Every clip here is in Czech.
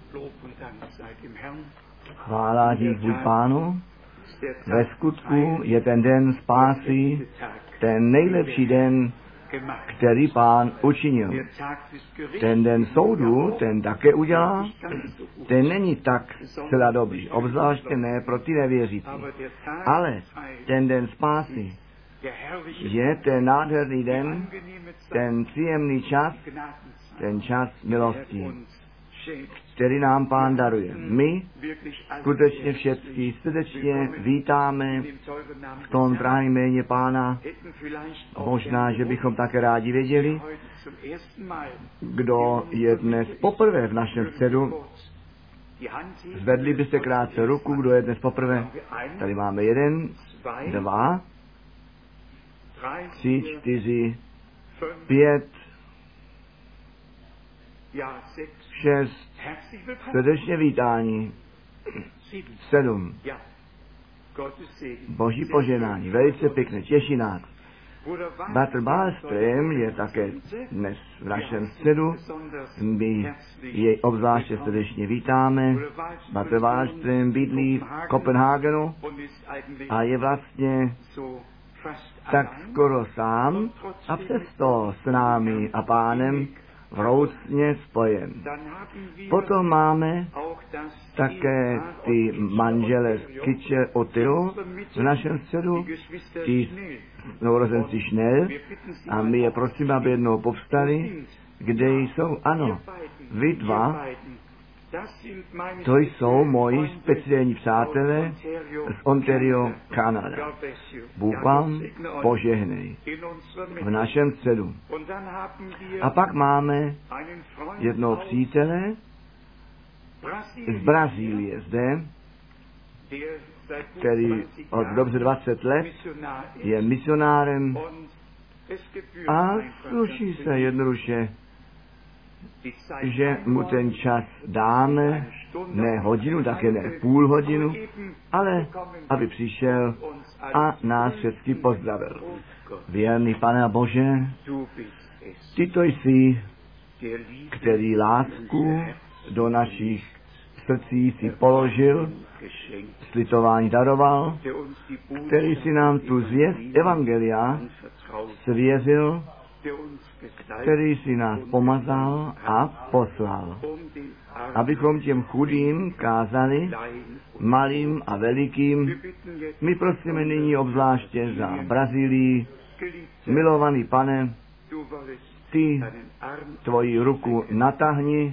Chvála dík buď Pánu. Ve skutku je ten den spásy, ten nejlepší den, který Pán učinil. Ten den soudu, ten také udělá, ten není tak zcela dobrý, obzvláště ne pro ty nevěřící. Ale ten den spásy je ten nádherný den, ten příjemný čas, ten čas milosti, který nám Pán daruje. My skutečně všechny srdečně vítáme v tom drahém jméně Pána. Možná, že bychom také rádi věděli, kdo je dnes poprvé v našem středu. Zvedli byste krátce ruku, kdo je dnes poprvé. Tady máme 1, 2, 3, 4, 5, 6, srdečně vítání, 7, Boží poženání, velice pěkné, těší nás. Bratr Wallström je také dnes v našem středu, my jej obzvláště srdečně vítáme. Bratr Wallström bydlí v Kopenhagenu a je vlastně tak skoro sám a přesto s námi a Pánem vroucně spojen. Potom máme také ty manžele z Kyče Otyru v našem středu, ty novorozenci Schnell, a my je prosím, aby jednou povstali, kde jsou. Ano, vy dva, to jsou moji speciální přátelé z Ontario, Kanada. Bůh vám požehnej v našem středu. A pak máme jednoho přítele z Brazílie zde, který od dobře 20 let je misionárem a sluší se jednoduše, že mu ten čas dáme, ne hodinu, také ne půl hodinu, ale aby přišel a nás všechny pozdravil. Věrný Pane Bože, ty to jsi, který lásku do našich srdcí si položil, slitování daroval, který si nám tu zvěst evangelia svěřil, který si nás pomazal a poslal, abychom těm chudým kázali, malým a velikým. My prosíme nyní obzvláště za Brazílii. Milovaný Pane, ty tvoji ruku natáhni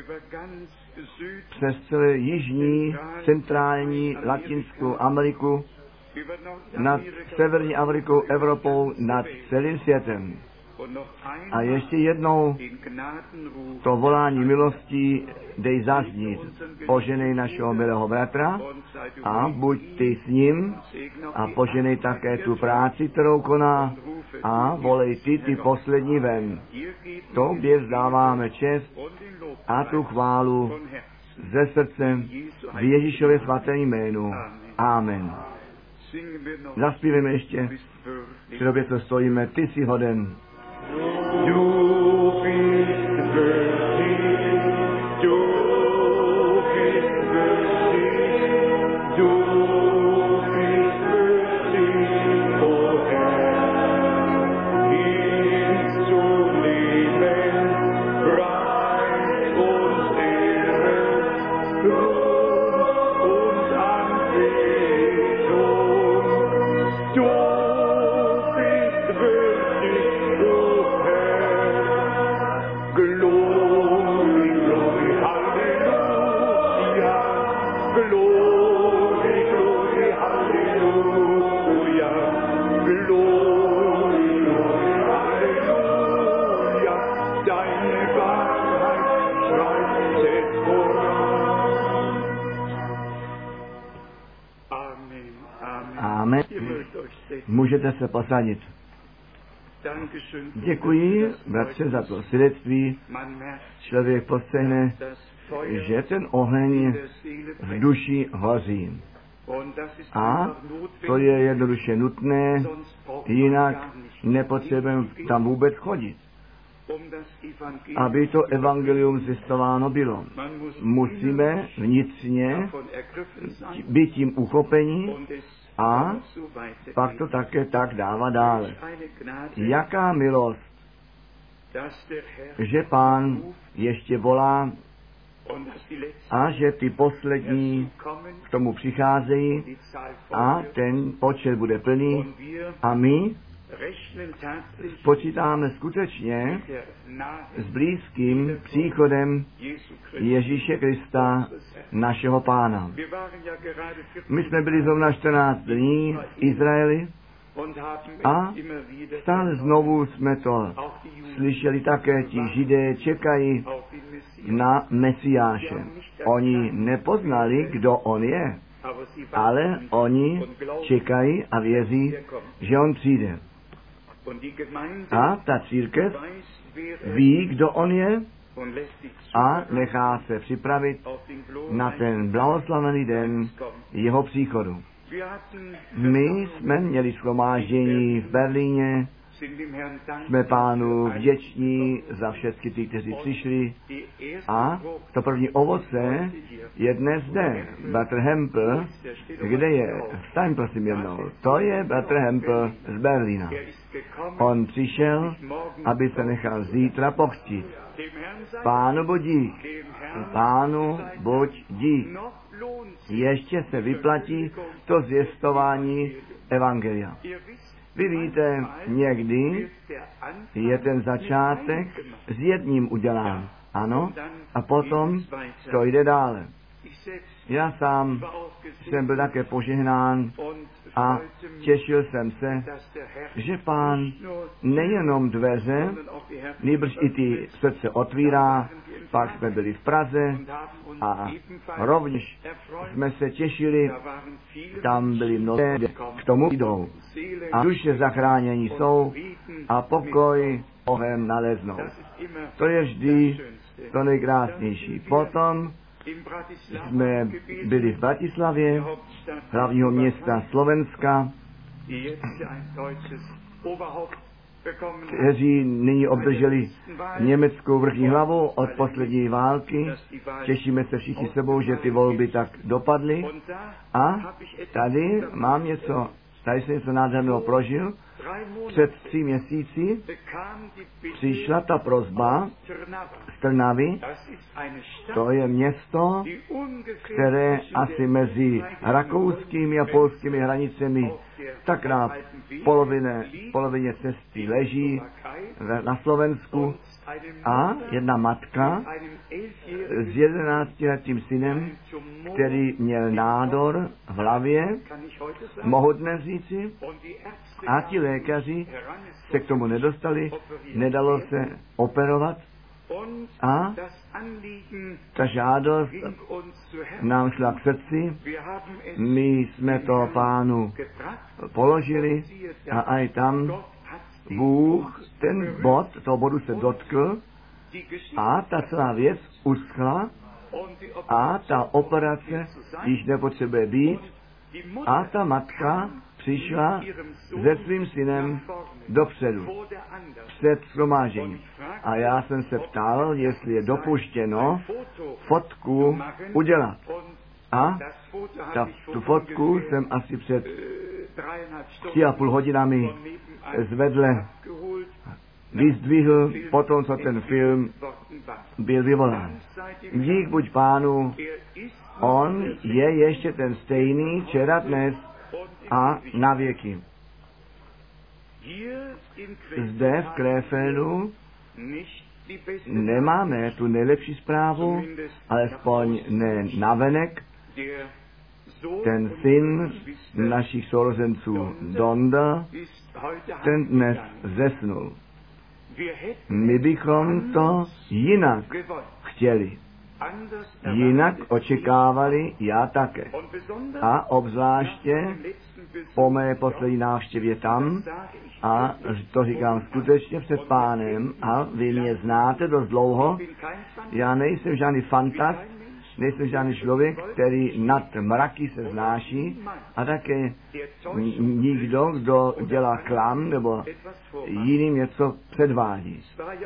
přes celé jižní, centrální, latinskou Ameriku, nad severní Amerikou, Evropou, nad celým světem. A ještě jednou to volání milostí dej zaznít. Poženej našeho milého bratra a buď ty s ním a poženej také tu práci, kterou koná, a volej ty poslední ven. Tobě vzdáváme čest a tu chválu ze srdce v Ježíšově svatém jménu. Amen. Zaspíveme ještě, při době, co stojíme, ty jsi hoden. Můžete se posadit. Děkuji, bratře, za to svědectví. Člověk postřehne, že ten oheň v duši hoří. A to je jednoduše nutné, jinak nepotřebujeme tam vůbec chodit. aby to evangelium zjistováno bylo. Musíme vnitřně být tím uchopeni a pak to také tak dávat dále. Jaká milost, že Pán ještě volá a že ty poslední k tomu přicházejí a ten počet bude plný a my počítáme skutečně s blízkým příchodem Ježíše Krista, našeho Pána. My jsme byli zrovna 14 dní v Izraeli a stále znovu jsme to slyšeli také, ti Židé čekají na Mesiáše. Oni nepoznali, kdo on je, ale oni čekají a věří, že on přijde. A ta církev ví, kdo on je a nechá se připravit na ten blahoslavený den jeho příchodu. My jsme měli shromáždění v Berlíně, jsme Pánu vděční za všechny ty, kteří přišli a to první ovoce je dnes zde. Bratr Hempel, kde je? Vstaň prosím jednou. To je Bratr Hempel z Berlína. On přišel, aby se nechal zítra pochtit. Pánu buď dík. Pánu buď dík. Ještě se vyplatí to zvěstování evangelia. Vy víte, někdy je ten začátek s jedním udělán. Ano, a potom to jde dále. Já sám jsem byl také požehnán a těšil jsem se, že Pán nejenom dveře, nýbrž i ty srdce otvírá. Pak jsme byli v Praze a rovněž jsme se těšili, tam byli mnozí, k tomu jdou. A duše zachránění jsou a pokoj ohem naleznou. To je vždy to nejkrásnější. Potom jsme byli v Bratislavě, hlavního města Slovenska, kteří nyní obdrželi německou vrchní hlavu od poslední války. Těšíme se všichni sebou, že ty volby tak dopadly. A tady mám něco, tady jsem něco nádherného prožil. Před 3 měsíci přišla ta prosba z Trnavy. To je město, které asi mezi rakouskými a polskými hranicemi tak na polovině cesty leží na Slovensku a jedna matka s 11letým synem, který měl nádor v hlavě, mohu dnes říci, a ti lékaři se k tomu nedostali, nedalo se operovat a ta žádost nám šla k srdci, my jsme to Pánu položili a aj tam Bůh ten toho bodu se dotkl a ta celá věc uschla a ta operace již nepotřebuje být a ta matka přišla se svým synem dopředu, před shromážením. A já jsem se ptal, jestli je dopuštěno fotku udělat. A tu fotku jsem asi před 3,5 hodinami vyzdvihl, potom co ten film byl vyvolán. Dík buď Pánu, on je ještě ten stejný včera, dnes a na věky. Zde v Krefeldu nemáme tu nejlepší zprávu, alespoň ne navenek. Ten syn našich sourozenců Donda, ten dnes zesnul. My bychom to jinak chtěli. Jinak očekávali, já také. A obzvláště po mé poslední návštěvě tam, a to říkám skutečně před Pánem, a vy mě znáte dost dlouho, já nejsem žádný fantast, nejsem žádný člověk, který nad mraky se znáší a také nikdo, kdo dělá klam nebo jiným něco předvádí.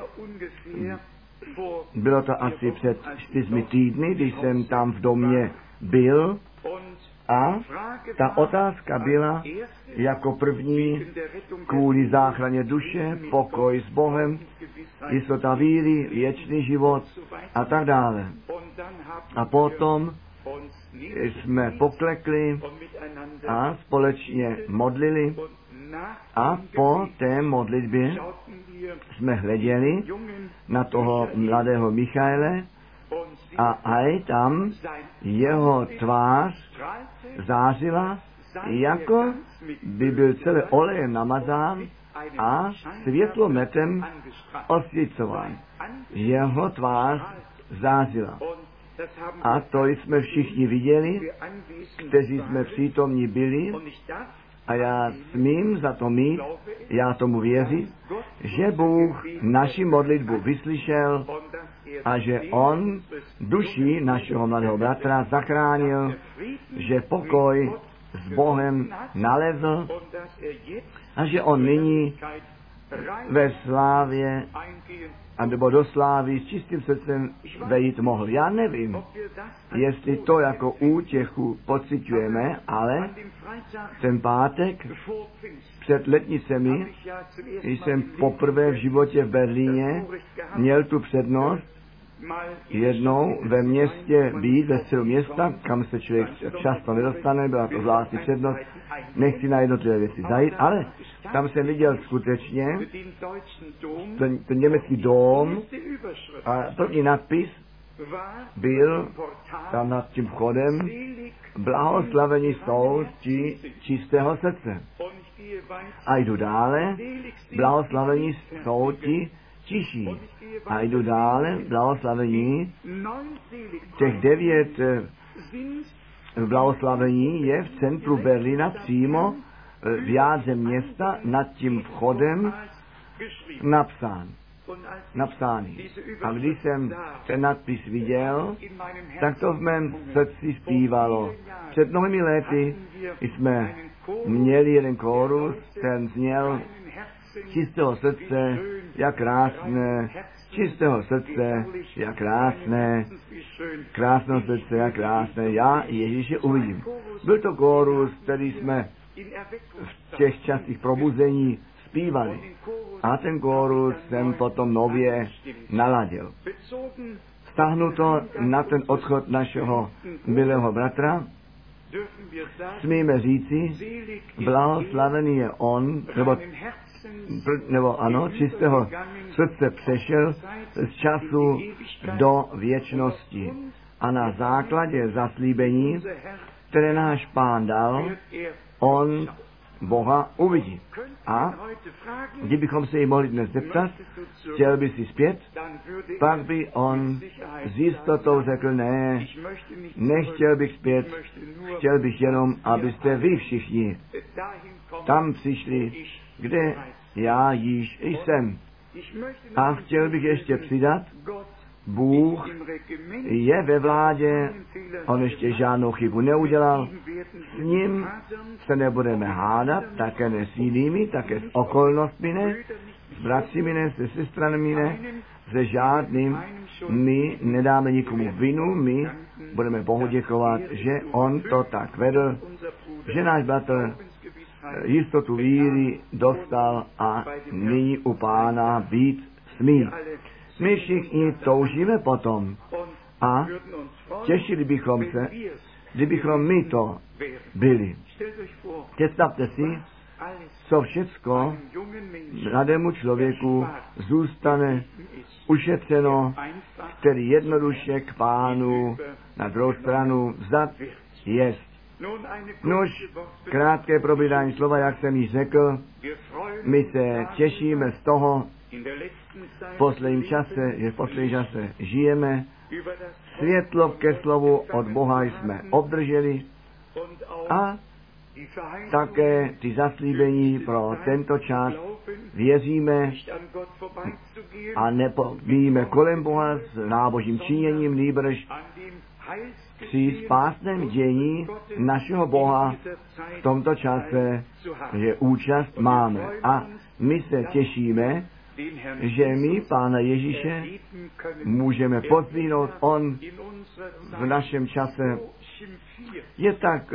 Bylo to asi před 4 týdny, když jsem tam v domě byl a ta otázka byla jako první kvůli záchraně duše, pokoj s Bohem, jistota víry, věčný život a tak dále. A potom jsme poklekli a společně modlili a po té modlitbě jsme hleděli na toho mladého Michaele a aj tam jeho tvář zářila, jako by byl celé olejem namazán a světlometem osvícován. Jeho tvář zářila. A to jsme všichni viděli, kteří jsme přítomní byli, a já smím za to mít, já tomu věřit, že Bůh naši modlitbu vyslyšel a že On duši našeho mladého bratra zachránil, že pokoj s Bohem nalezl a že on nyní ve slávě anebo do slávy s čistým srdcem vejít mohl. Já nevím, jestli to jako útěchu pociťujeme, ale ten pátek před letnicemi jsem poprvé v životě v Berlíně měl tu přednost jednou ve městě být, ve středu města, kam se člověk často nedostane, byla to zvláštní přednost, nechci na jednotlivé věci zajít, ale tam jsem viděl skutečně ten německý dom a první nadpis byl tam nad tím vchodem: blahoslavení jsou ti čistého srdce. A jdu dále, blahoslavení jsou ti tiší. A jdu dále, blahoslavení, těch 9 blahoslavení je v centru Berlína přímo v jádře města nad tím vchodem napsány. A když jsem ten nadpis viděl, tak to v mém srdci zpívalo. Před mnohými lety jsme měli jeden kórus, ten zněl: čistého srdce, jak krásné, čistého srdce, jak krásné, krásného srdce, jak krásné, já Ježíše uvidím. Byl to kórus, který jsme v těch časích probuzení zpívali. A ten kórus jsem potom nově naladil. Vztahnuto na ten odchod našeho milého bratra, smíme říci, blahoslavený je on, nebo ano, čistého srdce přešel z času do věčnosti. A na základě zaslíbení, které náš Pán dal, on Boha uvidí. A kdybychom se jí mohli dnes zeptat, chtěl by si zpět, pak by on s jistotou řekl: ne, nechtěl bych zpět, chtěl bych jenom, abyste vy všichni tam přišli, kde já již jsem. A chtěl bych ještě přidat, Bůh je ve vládě, on ještě žádnou chybu neudělal, s ním se nebudeme hádat, také ne s jinými, také s okolnostmi ne, s bratřími ne, se sestrami ne, se žádným, my nedáme nikomu vinu, my budeme Bohu děkovat, že on to tak vedl, že náš bratr jistotu víry dostal a nyní u Pána být smí. My všichni toužíme potom a těšili bychom se, kdybychom my to byli. Představte si, co všecko mladému člověku zůstane ušetřeno, který jednoduše k Pánu na druhou stranu vzat jest. Nož, krátké probídání slova, jak jsem již řekl, my se těšíme z toho, v posledním čase žijeme, světlo ke slovu od Boha jsme obdrželi a také ty zaslíbení pro tento čas věříme a nepomíjíme kolem Boha s nábožím činěním, nýbrž při spásném dění našeho Boha v tomto čase, že účast máme. A my se těšíme, že my Pána Ježíše můžeme pozdvihnout. On v našem čase je tak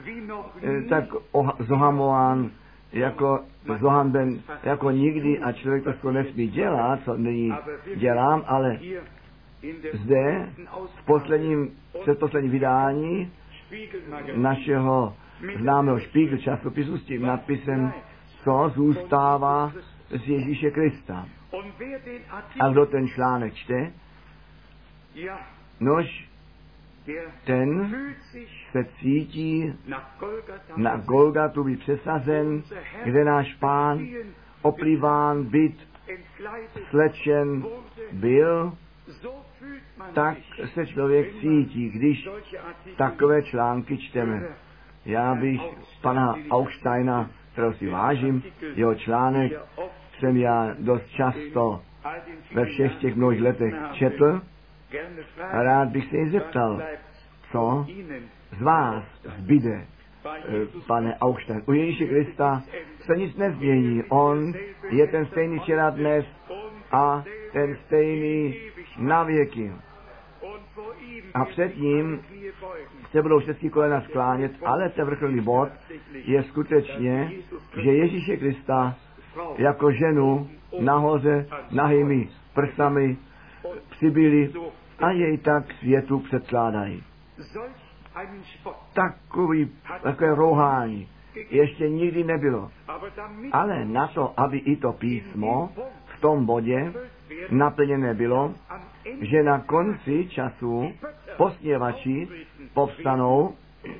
zohamován, jako zohanben, jako nikdy, a člověk to nesmí dělat, co nyní dělám, ale zde v předposledním vydání našeho známého Spiegel časopisu s tím nadpisem, co zůstává z Ježíše Krista. A kdo ten článek čte, nož ten se cítí na Golgatu být přesazen, kde náš Pán opliván, byt, slečen byl. Tak se člověk cítí, když takové články čteme. Já bych pana Augsteina, kterého si vážím, jeho článek jsem já dost často ve všech těch mnohých letech četl a rád bych se jí zeptal, co z vás zbyde, pane Augstein. U Ježíše Krista se nic nezmění. On je ten stejný včera, dnes a ten stejný na věky. A před ním se budou všechny kolena sklánět, ale ten vrcholný bod je skutečně, že Ježíše Krista jako ženu nahoře nahými prsami přibyli a jej tak světu předkládají. Takové rouhání ještě nikdy nebylo. Ale na to, aby i to písmo v tom bodě naplněné bylo, že na konci času posměvači povstanou,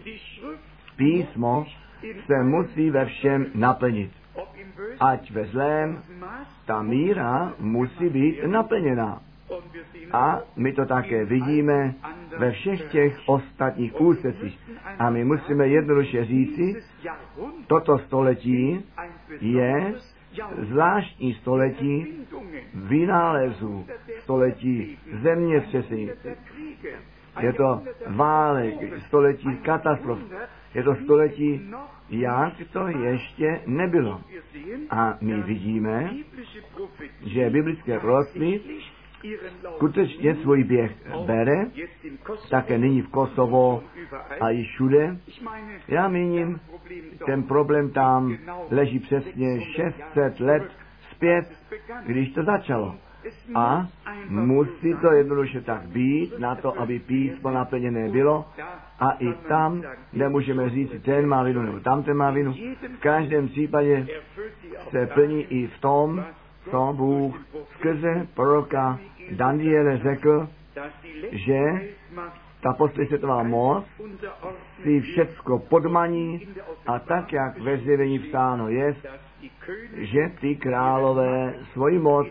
písmo se musí ve všem naplnit. Ať ve zlém, ta míra musí být naplněná. A my to také vidíme ve všech těch ostatních úsecích. A my musíme jednoduše říci, toto století je zvláštní století vynálezů, století zemětřesení. Je to válek, století katastrof. Je to století, jak to ještě nebylo. A my vidíme, že biblické proroctví skutečně svůj běh bere, také nyní v Kosovo a i všude. Já míním, ten problém tam leží přesně 600 let zpět, když to začalo. A musí to jednoduše tak být, na to, aby písmo naplněné bylo. A i tam nemůžeme říct, ten má vinu nebo tamten má vinu. V každém případě se plní i v tom, co Bůh skrze proroka Daniele řekl, že ta poslední moc si všecko podmaní a tak, jak ve zjevení psáno je, že ty králové svoji moc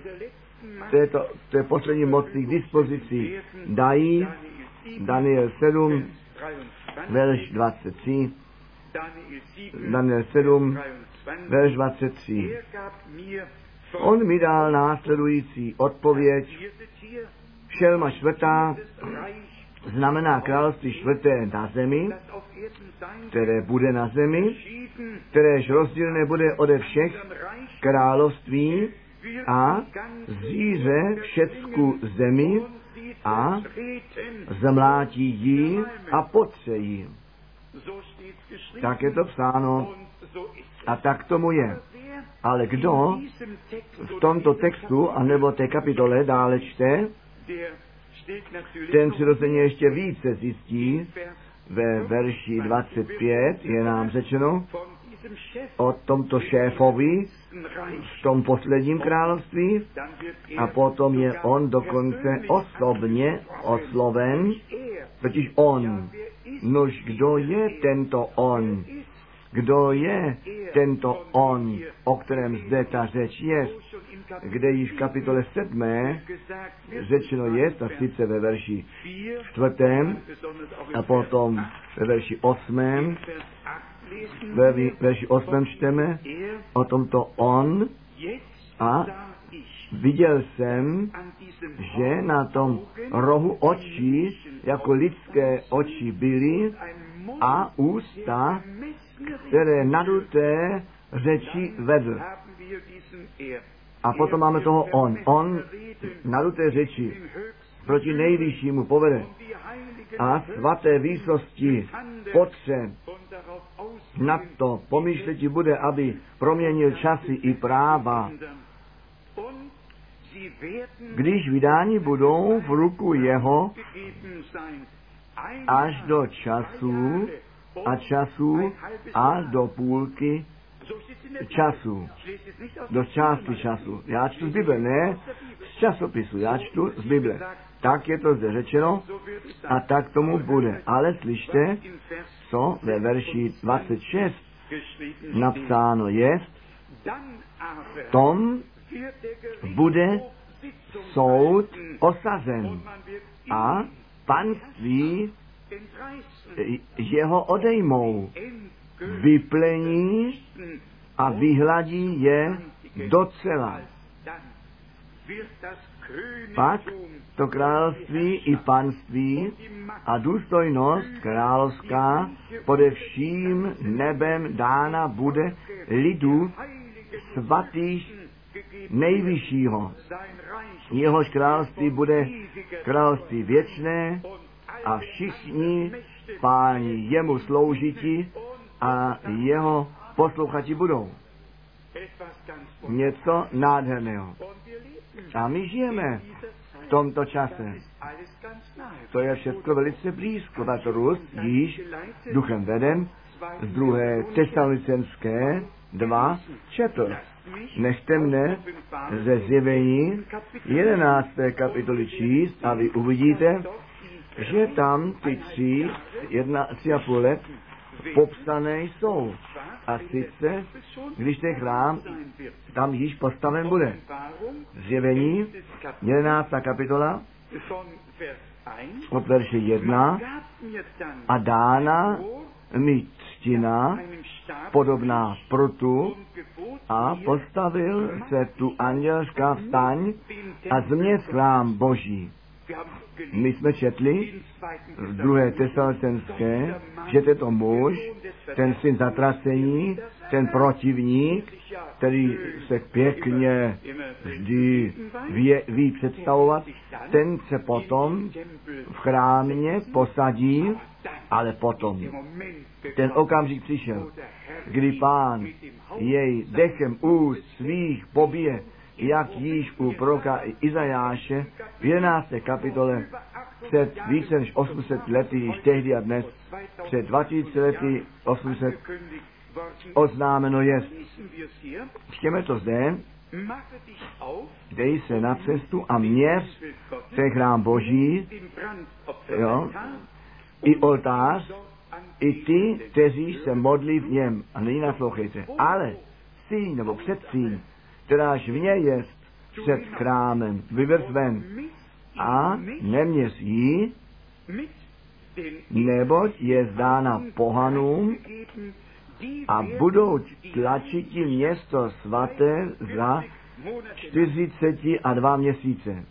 té poslední moci k dispozici dají. Daniel 7, verš 23. Daniel 7, verš 23. On mi dal následující odpověď. Šelma čtvrtá znamená království čtvrté na zemi, které bude na zemi, kteréž rozdílné bude ode všech království a zříze všecku zemi a zamlátí ji a potře ji. Tak je to psáno a tak tomu je. Ale kdo v tomto textu, anebo té kapitole dále čte, ten přirozeně ještě více zjistí. Ve verši 25 je nám řečeno o tomto šéfovi v tom posledním království a potom je on dokonce osobně osloven, totiž on. Nož kdo je tento on? Kdo je tento on, o kterém zde ta řeč je, kde již v kapitole 7 řečeno je, a sice ve verši 4. a potom ve verši 8. Ve verši 8 čteme o tomto on a viděl jsem, že na tom rohu očí jako lidské oči byly a ústa, které naduté řeči vedl. A potom máme toho on. On naduté řeči proti nejvyššímu povede a svaté výsosti potře. Na to pomýšletí bude, aby proměnil časy i práva. Když vydáni budou v ruku jeho až do času a do půlky času, do části času. Já čtu z Bible, ne z časopisu, já čtu z Bible. Tak je to zde řečeno a tak tomu bude. Ale slyšte, co ve verši 26 napsáno je, tom bude soud osazen a panství jeho odejmou, vyplení a vyhladí je docela. Pak to království i panství a důstojnost královská pode vším nebem dána bude lidu svatých nejvyššího. Jehož království bude království věčné a všichni páni jemu sloužiti a jeho posluchači budou. Něco nádherného. A my žijeme v tomto čase. To je všechno velice blízko. Patrus již duchem veden z 2. Tesalonicenské 2 četl. Nechte mne ze Zjevení 11. kapitoly číst a vy uvidíte, že tam ty 3,5 let popsané jsou. A sice, když ten chrám tam již postaven bude. Zjevení 11. kapitola od verše 1 a dána mi třtina podobná prutu a postavil se tu andělská vstaň a změs chrám Boží. My jsme četli v 2. Tesalonicenské, že tento muž, ten syn zatracení, ten protivník, který se pěkně vždy ví představovat, ten se potom v chrámě posadí, ale potom ten okamžik přišel, kdy Pán jej dechem úst svých pobije, jak již u proroka Izajáše v 11. kapitole před více než 800 lety, již tehdy a dnes, před 20 lety 800 oznámeno je. Čtěme to zde, dej se na cestu a měř ten chrám Boží, jo, i oltář, i ty, kteří se modlí v něm. A nyní naslouchejte. Ale síň nebo předsíň, kteráž v něj je před chrámem, vyvrz ven a neměř jí, neboť je zdána pohanům a budou tlačit město svaté za 42 měsíce.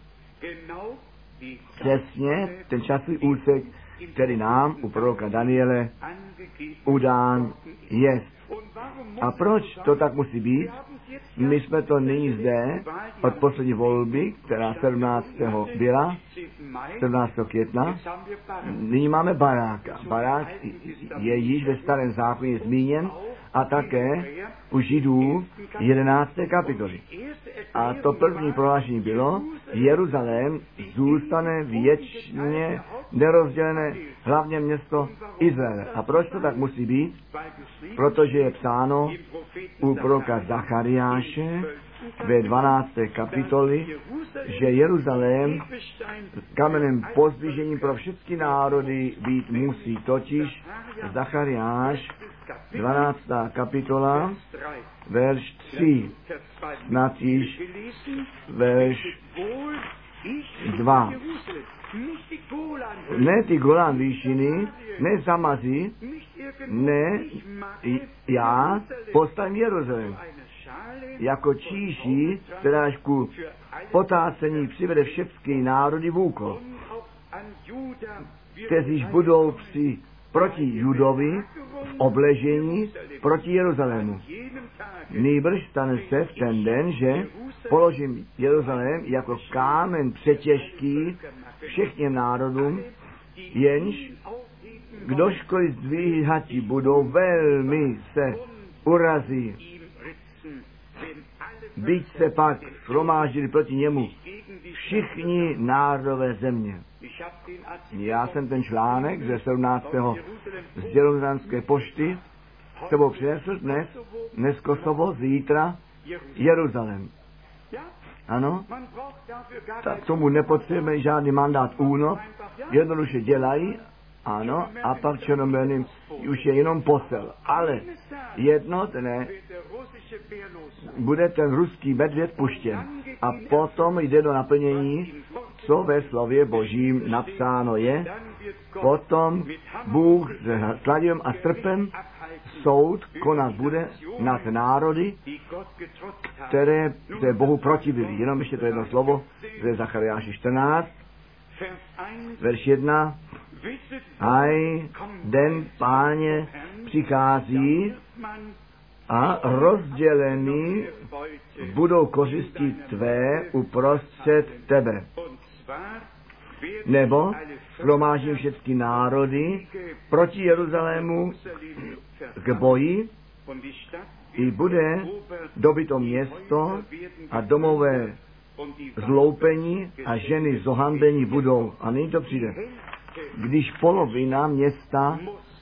Přesně ten časový úsek, který nám u proroka Daniele udán je. A proč to tak musí být? My jsme to nyní zde od poslední volby, která 17. byla, 17. května. Nyní máme baráka. Barák je již ve Starém zákoně zmíněn a také u Židů 11. kapitoly. A to první prohlášení bylo, Jeruzalém zůstane věčně nerozdělené hlavně město Izraele. A proč to tak musí být? Protože je psáno u proroka Zachariáše ve 12. kapitoli, že Jeruzalém kamenem pozdvižením pro všechny národy být musí. Totiž Zachariáš 12. kapitola, verš 3, snad již verš 2. Ne ty Golan výšiny, ne Zamazy, ne já postavím Jeruzalém jako číši, kteráž ku potácení přivede všechny národy v úkol. kteříž budou proti Judovi v obležení proti Jeruzalému. Nýbrž stane se v ten den, že položím Jeruzalém jako kámen přetěžký všech národům, jenž kdožkoliv zdvíhati budou, velmi se urazí. Byť se pak shromáždili proti němu všichni národové země. Já jsem ten článek ze 17. z Jeruzalémské pošty s sebou přinesl dnes Kosovo, zítra Jeruzalém. Ano, tomu nepotřebujeme žádný mandát únov, jednoduše dělají, ano, a pak černomilným už je jenom posel. Ale jedno dne bude ten ruský medvěd puštěn. A potom jde do naplnění, co ve slově Božím napsáno je. Potom Bůh s kladivem a srpem soud konat bude nad národy, které se Bohu protivili. Jenom ještě to jedno slovo ze Zachariáše 14, verš 1. Aj den Páně přichází a rozdělený budou kořisti tvé uprostřed tebe. Nebo shromáždím všechny národy proti Jeruzalému k boji i bude dobyto město a domové zloupení a ženy zohanbení budou. A nyní to přijde. Když polovina města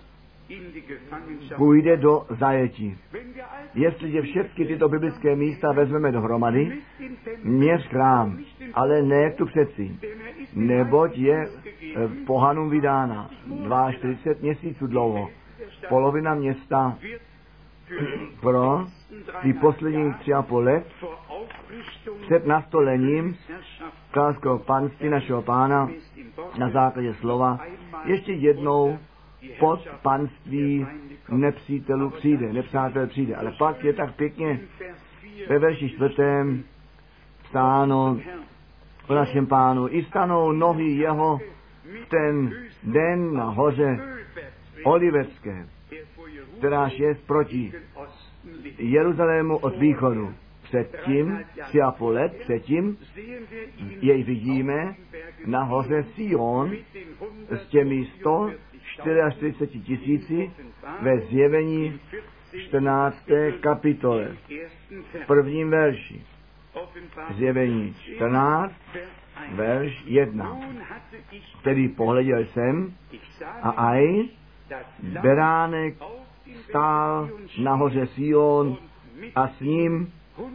půjde do zajetí. Jestliže všechny tyto biblické místa vezmeme dohromady, měř chrám, ale ne tu přeci, neboť je pohanům vydána 42 měsíců dlouho. Polovina města pro ty poslední 3,5 let před nastolením královského panství našeho Pána na základě slova ještě jednou pod panství nepřítel přijde. Ale pak je tak pěkně ve verši 4. psáno o našem Pánu. I stanou nohy jeho v ten den na hoře Olivecké, kteráž je proti Jeruzalému od východu. Předtím, 3,5 let předtím, jej vidíme na hoře Sion s těmi 144 tisíci ve Zjevení 14. kapitole, v prvním verši. Zjevení 14, verš 1. Tedy pohleděl jsem a aj beránek stál na hoře Sion a s ním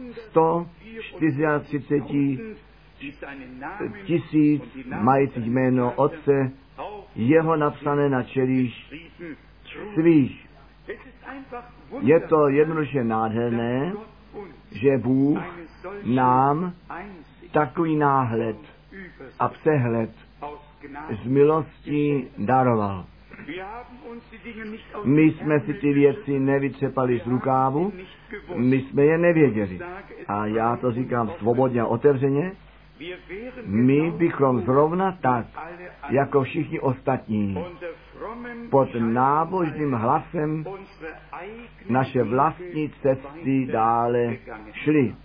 144 tisíc mající jméno Otce, jeho napsané na čelích svých. Je to jednoduše nádherné, že Bůh nám takový náhled a přehled z milosti daroval. My jsme si ty věci nevytřepali z rukávu, my jsme je nevěděli. A já to říkám svobodně a otevřeně, my bychom zrovna tak, jako všichni ostatní, pod nábožným hlasem naše vlastní cesty dále šli.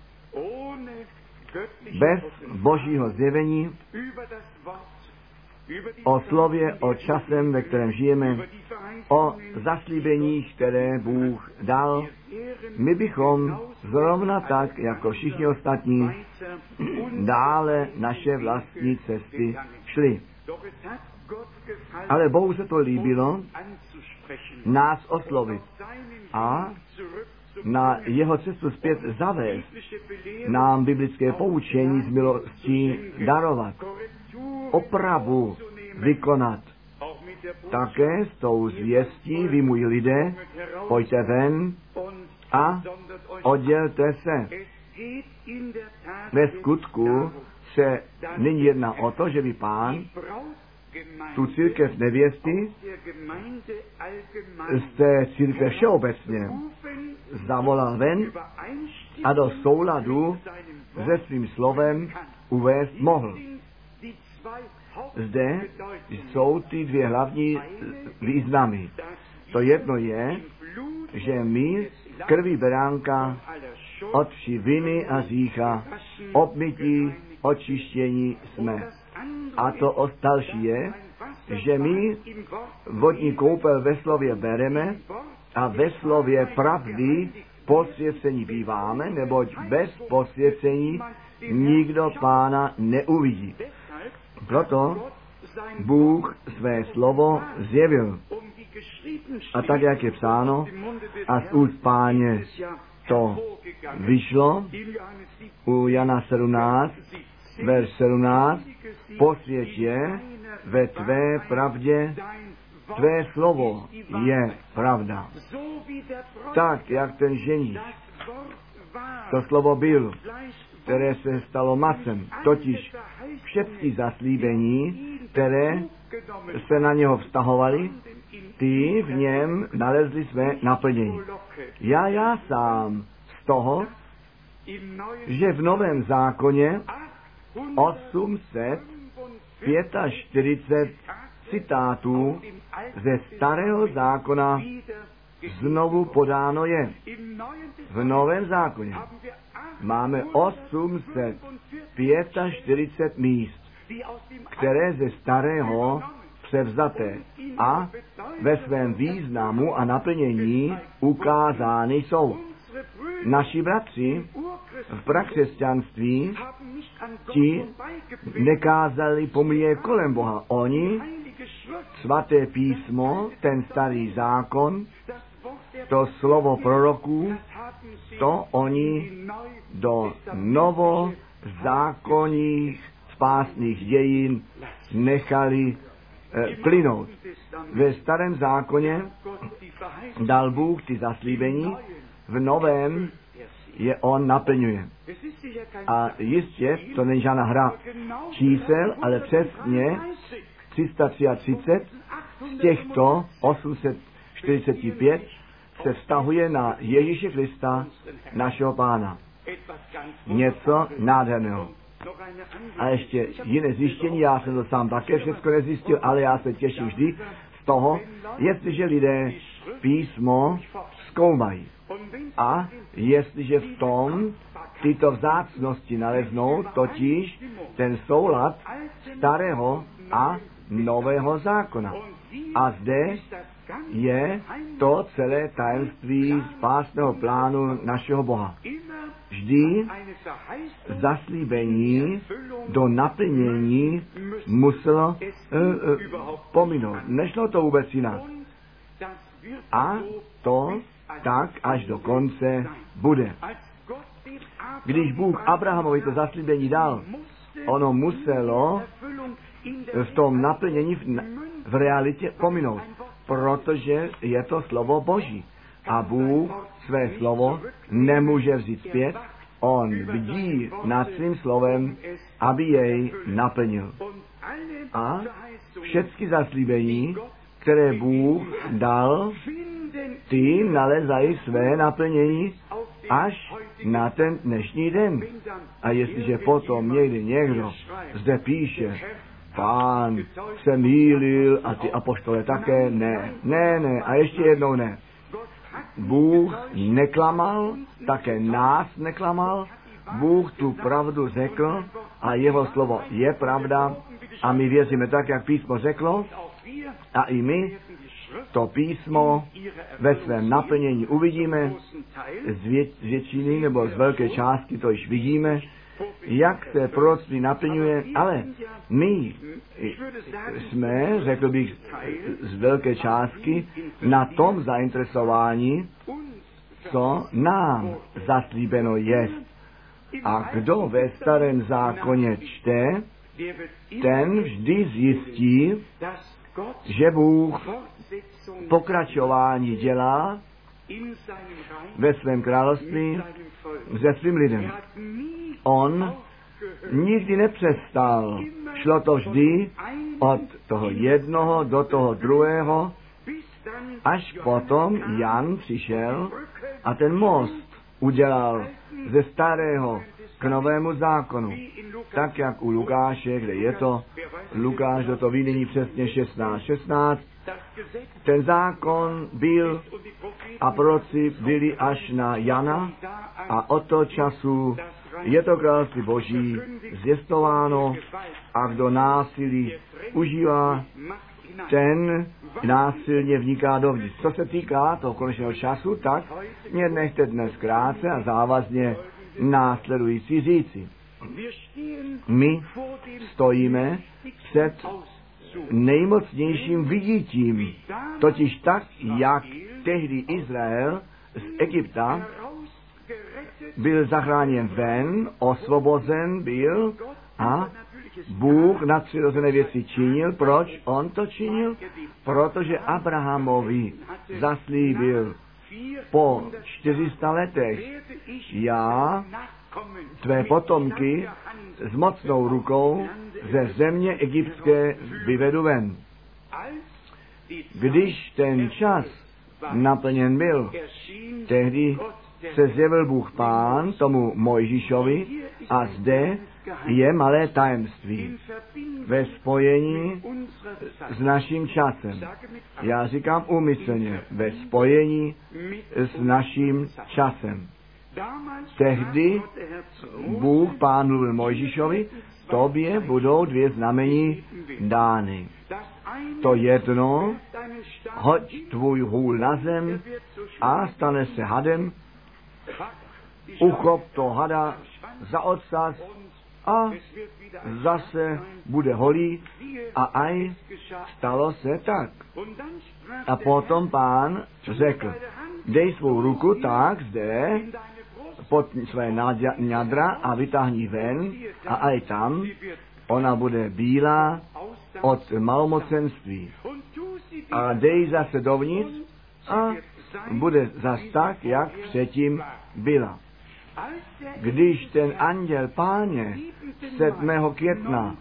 Bez Božího zjevení o slově, o časem, ve kterém žijeme, o zaslíbeních, které Bůh dal, my bychom zrovna tak, jako všichni ostatní, dále naše vlastní cesty šli. Ale Bohu se to líbilo nás oslovit a na jeho cestu zpět zavést, nám biblické poučení z milostí darovat, opravu vykonat. Také s tou zvěstí, vy můj lidé, pojďte ven a oddělte se. Ve skutku se nyní jedná o to, že by Pán tu církev nevěsty z té církve všeobecně zavolal ven a do souladu se svým slovem uvést mohl. zde jsou ty dvě hlavní významy. To jedno je, že my z krví beránka od vší viny a hřícha obmytí, očištění jsme. A to další je, že my vodní koupel ve slově bereme a ve slově pravdy posvěcení býváme, neboť bez posvěcení nikdo Pána neuvidí. Proto Bůh své slovo zjevil. A tak, jak je psáno, a z úst Páně to vyšlo u Jana 17, verš 17, posvěť je ve tvé pravdě, tvé slovo je pravda. Tak, jak ten ženich, to slovo byl, které se stalo masem, totiž všechny zaslíbení, které se na něho vztahovaly, ty v něm nalezli své naplnění. Já sám z že v Novém zákoně 845 citátů ze Starého zákona znovu podáno je. V Novém zákoně máme 845 míst, které ze Starého převzaté a ve svém významu a naplnění ukázány jsou. Naši bratři v prakřesťanství ti nekázali pomíjet kolem Boha. Oni svaté písmo, ten starý zákon, to slovo proroků, to oni do novozákonních spásných dějin nechali plynout. Ve starém zákoně dal Bůh ty zaslíbení, v novém je on naplňuje. A jistě, to není žádná hra čísel, ale přesně 333 z těchto 845 se vztahuje na Ježíše Krista, našeho Pána. Něco nádherného. A ještě jiné zjištění, já jsem to sám také všechno nezjistil, ale já se těším vždy z toho, jestliže lidé písmo zkoumají. A jestliže v tom tyto vzácnosti naleznou, totiž ten soulad starého a nového zákona. A zde je to celé tajemství spásného plánu našeho Boha. Vždy zaslíbení do naplnění muselo pominout. Nešlo to vůbec jinak. A to tak až do konce bude. Když Bůh Abrahamovi to zaslíbení dal, ono muselo v tom naplnění v realitě pominout, protože je to slovo Boží. A Bůh své slovo nemůže vzít zpět, on bdí nad svým slovem, aby jej naplnil. A všechny zaslíbení, které Bůh dal, ty nalezají své naplnění až na ten dnešní den. A jestliže potom někdo zde píše, Pán se mýlil a ty apoštole také, ne, a ještě jednou ne. Bůh neklamal, také nás neklamal, Bůh tu pravdu řekl a jeho slovo je pravda a my věříme tak, jak písmo řeklo a i my to písmo ve svém naplnění uvidíme, z většiny nebo z velké části to již vidíme, jak se proroctví naplňuje, ale my jsme, řekl bych, z velké částky na tom zainteresování, co nám zaslíbeno je. A kdo ve starém zákoně čte, ten vždy zjistí, že Bůh pokračování dělá ve svém království se svým lidem. On nikdy nepřestal. Šlo to vždy od toho jednoho do toho druhého, až potom Jan přišel a ten most udělal ze starého k novému zákonu. Tak, jak u Lukáše, kde je to, Lukáš, do to ví nyní přesně 16. Ten zákon byl a proroci byli až na Jana a od toho času je to království Boží zvěstováno a kdo násilí užívá, ten násilně vniká dovnitř. Co se týká toho konečného času, tak mě nechte dnes krátce a závazně následující říci. My stojíme před nejmocnějším vidítím, totiž tak, jak tehdy Izrael z Egypta byl zachráněn ven, osvobozen byl a Bůh nadpřirozené věci činil. Proč on to činil? Protože Abrahamovi zaslíbil po 400 letech: já tvé potomky s mocnou rukou ze země egyptské vyvedu ven. Když ten čas naplněn byl, tehdy se zjevil Bůh Pán tomu Mojžíšovi a zde je malé tajemství ve spojení s naším časem. Já říkám úmyslně, ve spojení s naším časem. Tehdy Bůh Pán mluvil Mojžíšovi: tobě budou 2 znamení dány. To jedno, hoď tvůj hůl na zem a stane se hadem, uchop to hada za ocas a zase bude holý, a aj stalo se tak. A potom Pán řekl: dej svou ruku tak zde pod své nádra a vytáhni ven, a aj tam ona bude bílá od malomocenství. A dej zase dovnitř a bude zas tak, jak předtím byla. Když ten anděl Páně 7. května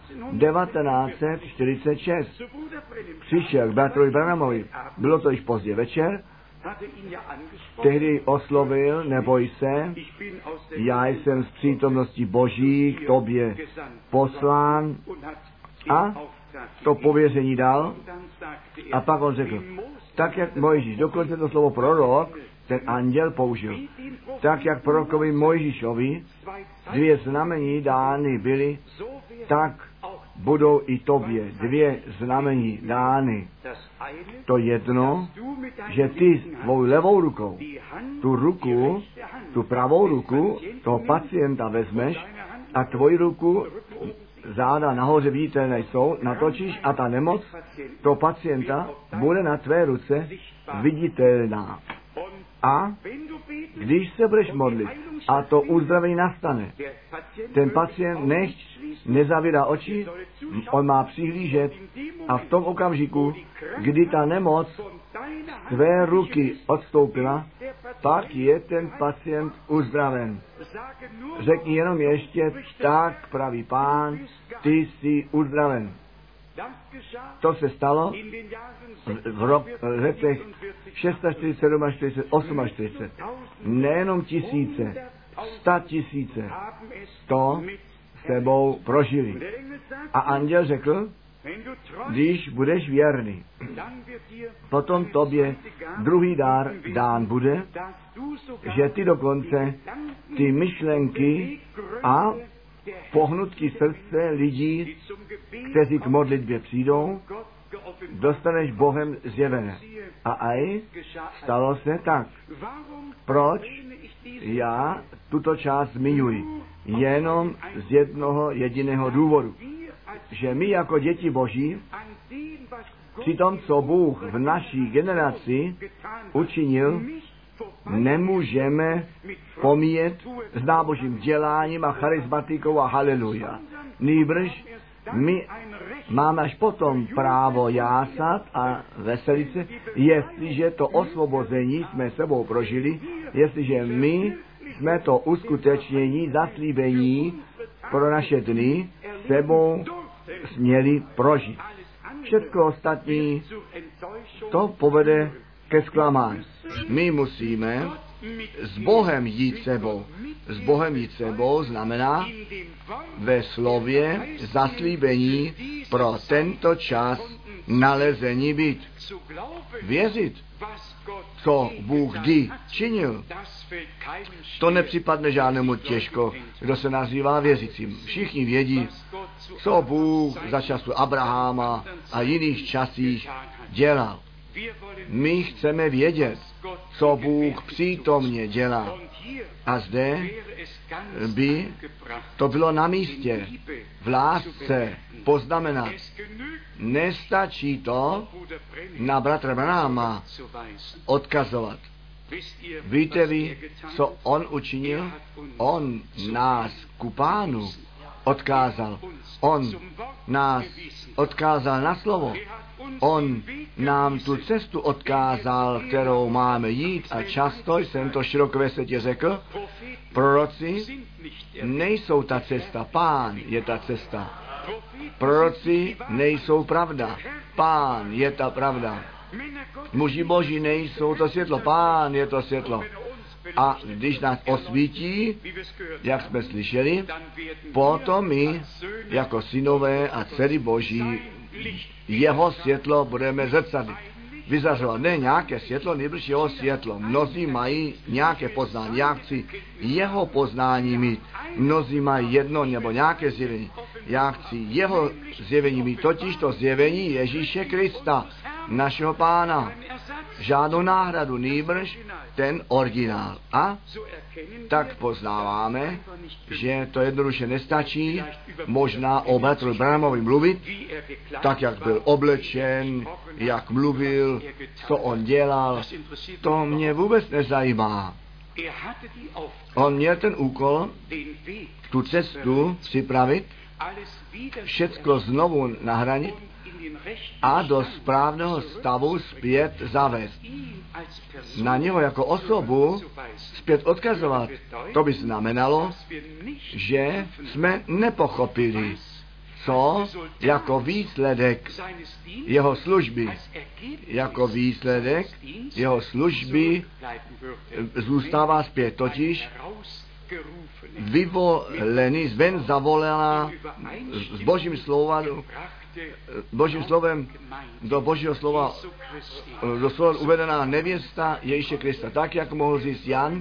1946 přišel k bratrovi Branhamovi, bylo to již pozdě večer, tehdy oslovil: neboj se, já jsem z přítomnosti Boží k tobě poslán, a to pověření dal. A pak on řekl, tak jak Mojžíš, dokonce to slovo prorok, ten anděl použil, tak jak prorokovi Mojžíšovi 2 znamení dány byly, tak budou i tobě 2 znamení dány. To jedno, že ty svou levou rukou tu pravou ruku toho pacienta vezmeš a tvoji ruku, záda nahoře viditelné jsou, natočíš a ta nemoc toho pacienta bude na tvé ruce viditelná. A když se budeš modlit a to uzdravení nastane, ten pacient nezavírá oči, on má přihlížet, a v tom okamžiku, kdy ta nemoc z tvé ruky odstoupila, pak je ten pacient uzdraven. Řekni jenom ještě: tak praví Pán, ty jsi uzdraven. To se stalo v letech 46, 47, 48. Nejenom tisíce, 100 000 to sebou prožili. A anděl řekl: když budeš věrný, potom tobě druhý dár dán bude, že ty dokonce ty myšlenky a pohnutky srdce lidí, kteří k modlitbě přijdou, dostaneš Bohem zjevené. A aj stalo se tak. Proč já tuto část zmiňuji? Jenom z jednoho jediného důvodu. Že my jako děti Boží, při tom, co Bůh v naší generaci učinil, nemůžeme pomíjet s nábožím děláním a charizmatikou a haleluja. Nýbrž my máme až potom právo jásat a veselit se, jestliže to osvobození jsme sebou prožili, jestliže my jsme to uskutečnění, zaslíbení pro naše dny sebou směli prožít. Všechno ostatní to povede ke zklamání. My musíme s Bohem jít sebou. S Bohem jít sebou znamená ve slově zaslíbení pro tento čas nalezení být. Věřit, co Bůh kdy činil, to nepřipadne žádnému těžko, kdo se nazývá věřícím. Všichni vědí, co Bůh za času Abraháma a jiných časích dělal. My chceme vědět, co Bůh přítomně dělá. A zde by to bylo na místě v lásce poznamenat. Nestačí to na bratra Branhama odkazovat. Víte vy, co on učinil? On nás ku Pánu odkázal. On nás odkázal na slovo. On nám tu cestu odkázal, kterou máme jít, a často jsem to široko ve světě řekl, proroci nejsou ta cesta, Pán je ta cesta. Proroci nejsou pravda, Pán je ta pravda. Muži Boží nejsou to světlo, Pán je to světlo. A když nás osvítí, jak jsme slyšeli, potom my jako synové a dcery Boží jeho světlo budeme zrcadlit. Vyzařovat ne nějaké světlo, nýbrž jeho světlo. Mnozí mají nějaké poznání. Já chci jeho poznání mít. Mnozí mají jedno nebo nějaké zjevení. Já chci jeho zjevení mít, totiž to zjevení Ježíše Krista, našeho Pána. Žádnou náhradu, nýbrž ten originál. A tak poznáváme, že to jednoduše nestačí, možná o bratru Branhamovi mluvit, tak jak byl oblečen, jak mluvil, co on dělal, to mě vůbec nezajímá. On měl ten úkol, tu cestu připravit, všecko znovu nahranit a do správného stavu zpět zavést. Na něho jako osobu zpět odkazovat. To by znamenalo, že jsme nepochopili, co jako výsledek jeho služby, zůstává zpět, totiž vyvolený, zven zavolala s Božím slovem do Božího slova uvedená nevěsta Ježíše Krista. Tak, jak mohl říct Jan,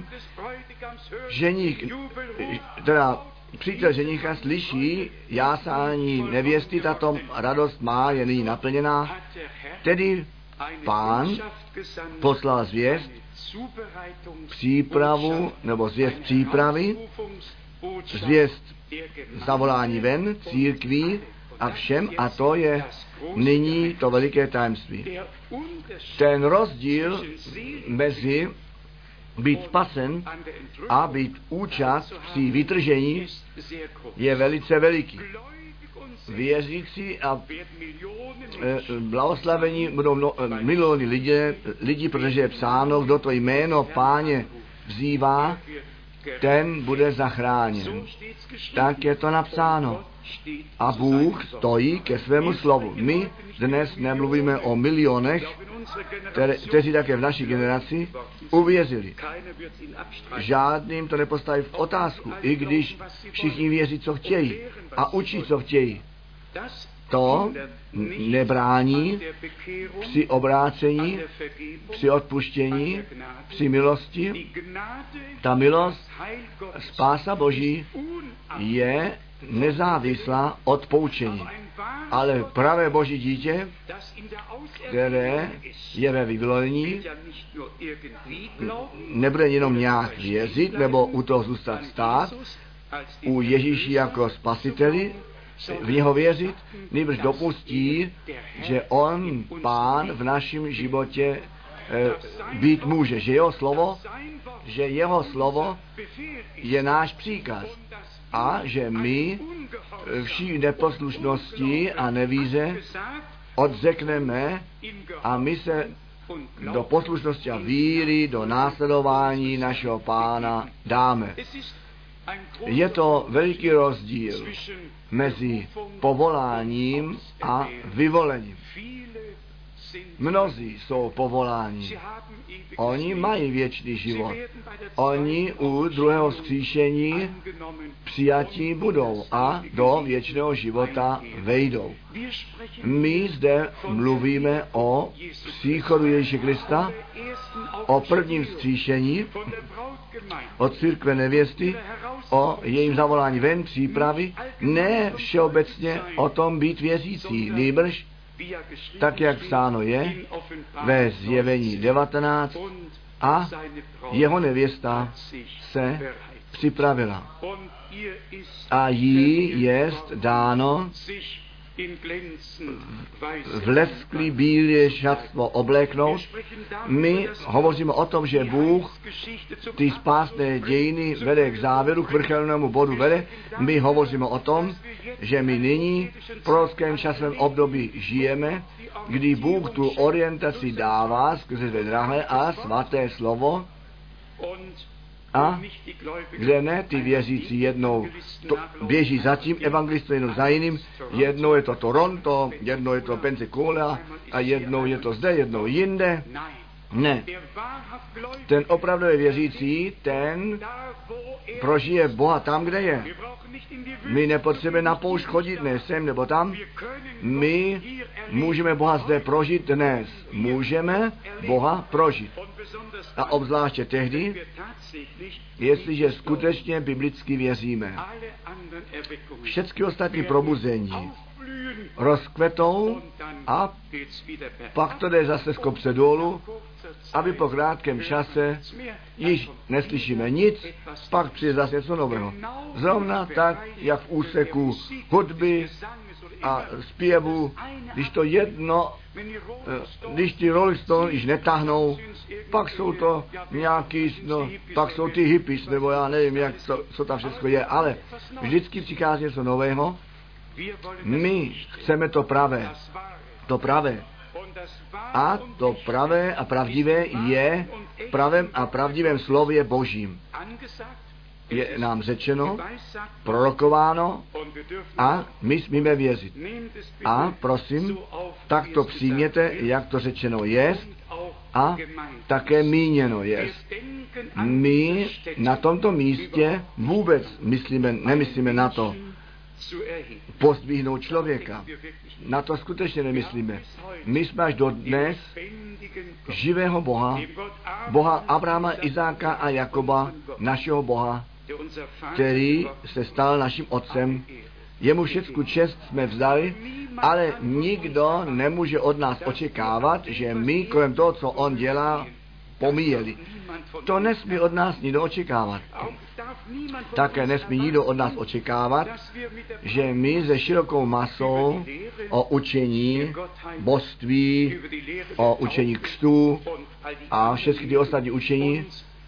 přítel ženicha slyší jásání nevěsty, tato radost má, je nyní naplněná. Tedy Pán poslal zvěst, přípravu, nebo zvěst přípravy, zvěst zavolání ven, církví a všem, a to je nyní to veliké tajemství. Ten rozdíl mezi být spasen a být účast při vytržení je velice veliký. Věřící a blahoslavení budou miliony lidí, protože je psáno, kdo to jméno Páně vzývá, ten bude zachráněn. Tak je to napsáno. A Bůh stojí ke svému slovu. My dnes nemluvíme o milionech, kteří také v naší generaci uvěřili. Žádným to nepostaví v otázku, i když všichni věří, co chtějí a učí, co chtějí. To nebrání při obrácení, při odpuštění, při milosti. Ta milost, spása Boží je nezávislá od poučení. Ale pravé Boží dítě, které je ve vyvolení, nebude jenom nějak věřit, nebo u toho zůstat stát, u Ježíši jako spasiteli, v něho věřit, nýbrž dopustí, že on, Pán, v našem životě být může, že jeho slovo je náš příkaz a že my vší neposlušnosti a nevíře odřekneme a my se do poslušnosti a víry, do následování našeho Pána dáme. Je to veliký rozdíl mezi povoláním a vyvolením. Mnozí jsou povoláni. Oni mají věčný život. Oni u druhého vzkříšení přijatí budou a do věčného života vejdou. My zde mluvíme o příchodu Ježíše Krista, o prvním vzkříšení, o církve nevěsty, o jejím zavolání ven, přípravy, ne všeobecně o tom být věřící, nýbrž, tak jak psáno je ve Zjevení 19, a jeho nevěsta se připravila. A jí jest dáno v lesklý bílé šatstvo obléknout. My hovoříme o tom, že Bůh ty spásné dějiny vede k závěru, k vrcholnému bodu vede. My hovoříme o tom, že my nyní v prorockém časovém období žijeme, kdy Bůh tu orientaci dává skrze své drahé a svaté slovo, a kde ne ty věřící jednou běží za tím evangelistou, jednou za jiným, jednou je to Toronto, jednou je to Pensacola a jednou je to zde, jednou jinde. Ne. Ten opravdově věřící, ten prožije Boha tam, kde je. My nepotřebujeme na poušť chodit, ne sem nebo tam. My můžeme Boha zde prožít dnes. Můžeme Boha prožít. A obzvláště tehdy, jestliže skutečně biblicky věříme. Všechny ostatní probuzení rozkvetou a pak to jde zase z kopce dolů, aby po krátkém čase již neslyšíme nic, pak přijde zase něco nového. Zrovna tak, jak v úseku hudby a zpěvu, když to jedno, když ty Rolling Stones již netáhnou, pak jsou to nějaký, pak jsou ty hippies, nebo já nevím, jak to, co tam všechno je, ale vždycky přichází něco nového. My chceme to pravé. To pravé. A to pravé a pravdivé je v pravém a pravdivém slově Božím. Je nám řečeno, prorokováno a my smíme věřit. A prosím, tak to přijměte, jak to řečeno je a také míněno je. My na tomto místě vůbec nemyslíme na to, pozdvihnout člověka. Na to skutečně nemyslíme. My jsme až do dnes živého Boha, Boha Abrahama, Izáka a Jakoba, našeho Boha, který se stal naším otcem. Jemu všecku čest jsme vzdali, ale nikdo nemůže od nás očekávat, že my kolem toho, co on dělá, pomíjeli. To nesmí od nás nikdo očekávat. Také nesmí nikdo od nás očekávat, že my se širokou masou o učení božství, o učení křtu a všechny ty ostatní učení,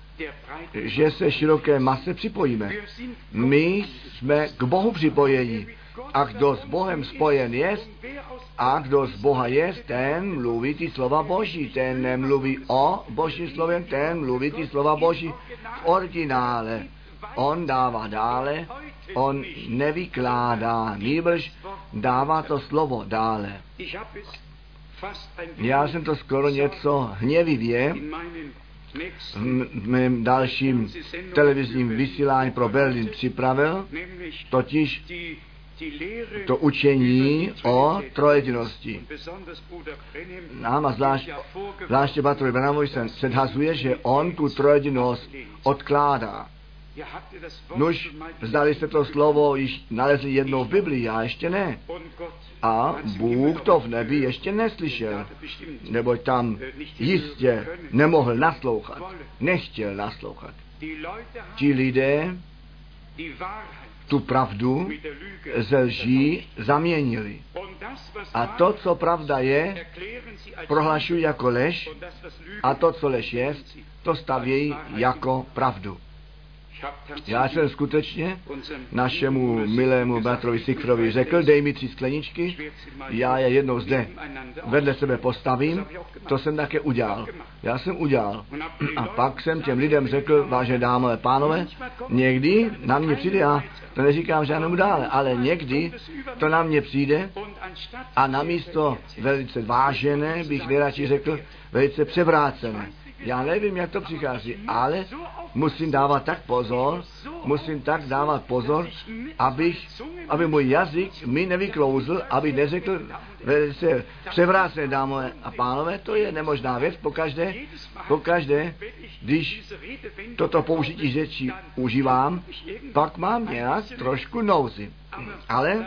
že se široké mase připojíme. My jsme k Bohu připojeni. A kdo s Bohem spojen je, a kdo z Boha je, ten mluví ty slova Boží. Ten nemluví o Božím slovem, ten mluví ty slova Boží v originále. On dává dále, on nevykládá, nýbrž dává to slovo dále. Já jsem to skoro něco hněvivě v mém dalším televizním vysílání pro Berlín připravil, totiž to učení o trojedinosti. Nám a zvláště Batrovi Branamovi se předhazuje, že on tu trojedinost odkládá. Nuž, zdali jste to slovo již nalezli jednou v Biblii, já ještě ne. A Bůh to v nebi ještě neslyšel, neboť tam jistě nemohl naslouchat, nechtěl naslouchat. Ti lidé tu pravdu ze lží zaměnili. A to, co pravda je, prohlašují jako lež, a to, co lež je, to stavějí jako pravdu. Já jsem skutečně našemu milému bratrovi Siegfriedovi řekl, dej mi 3 skleničky, já je jednou zde vedle sebe postavím, to jsem také udělal. Já jsem udělal. A pak jsem těm lidem řekl, vážené dámy a pánové, někdy na mě přijde, já to neříkám žádnému dále, ale někdy to na mě přijde a namísto velice vážené bych nejradši řekl velice převrácené. Já nevím, jak to přichází, ale musím dávat tak pozor, aby můj jazyk mi nevyklouzl, aby neřekl velice převrácené, dámy a pánové, to je nemožná věc pokaždé, když toto použití řečí užívám, pak mám nějak trošku nouzi. Ale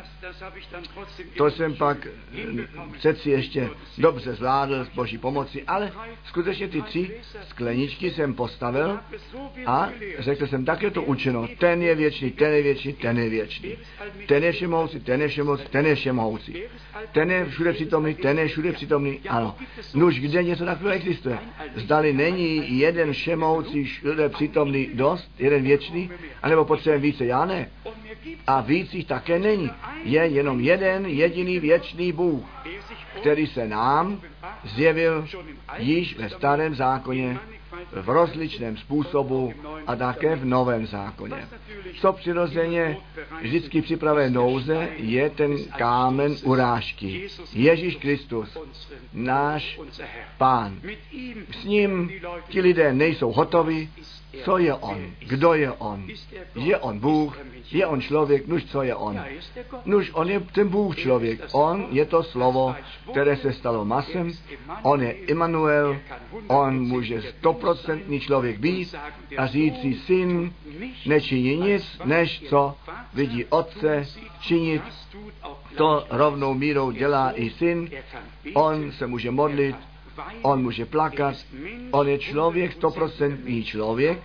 to jsem pak přeci ještě dobře zvládl s Boží pomoci, ale skutečně ty 3 skleničky jsem postavil a řekl jsem, tak je to učeno, ten je věčný, ten je věčný, ten je věčný. Ten je všemohoucí, ten je všemohoucí, ten je všemohoucí. Ten je všude přítomný, ten je všude přítomný, ano. Nuž, kde něco takového existuje? Zdali není jeden všemohoucí, všude přítomný dost, jeden věčný, anebo potřebujeme více, já ne. A víc jich také není. Je jenom jeden jediný věčný Bůh, který se nám zjevil již ve Starém zákoně v rozličném způsobu a také v Novém zákoně. Co přirozeně vždycky připravé nouze, je ten kámen urážky. Ježíš Kristus, náš Pán. S ním ti lidé nejsou hotovi. Co je on? Kdo je on? Je on Bůh? Je on člověk? Nuž co je on? Nuž on je ten Bůh člověk. On je to slovo, které se stalo masem. On je Immanuel. On může 100% člověk být a říci syn nečiní nic, než co vidí otce činit. To rovnou mírou dělá i syn. On se může modlit, on může plakat, on je člověk, 100% člověk,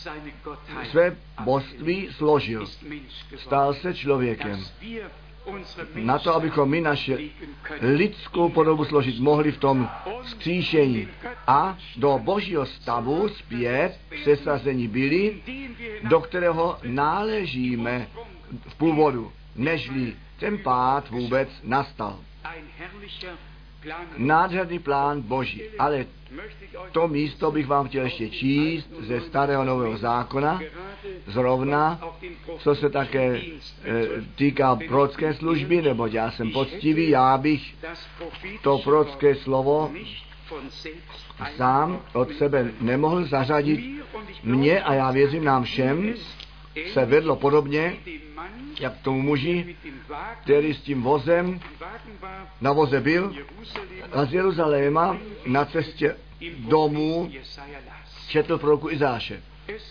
své božství složil, stal se člověkem. Na to, abychom my naše lidskou podobu složit mohli v tom vzkříšení a do božího stavu zpět přesazení byli, do kterého náležíme v původu, nežli ten pád vůbec nastal. Nádherný plán Boží, ale to místo bych vám chtěl ještě číst ze Starého Nového zákona, zrovna, co se také týká prorocké služby, neboť já jsem poctivý, já bych to prorocké slovo sám od sebe nemohl zařadit. Mně a já věřím nám všem se vedlo podobně, jak tomu muži, který s tím vozem na voze byl a z Jeruzaléma na cestě domů četl proroku Izáše.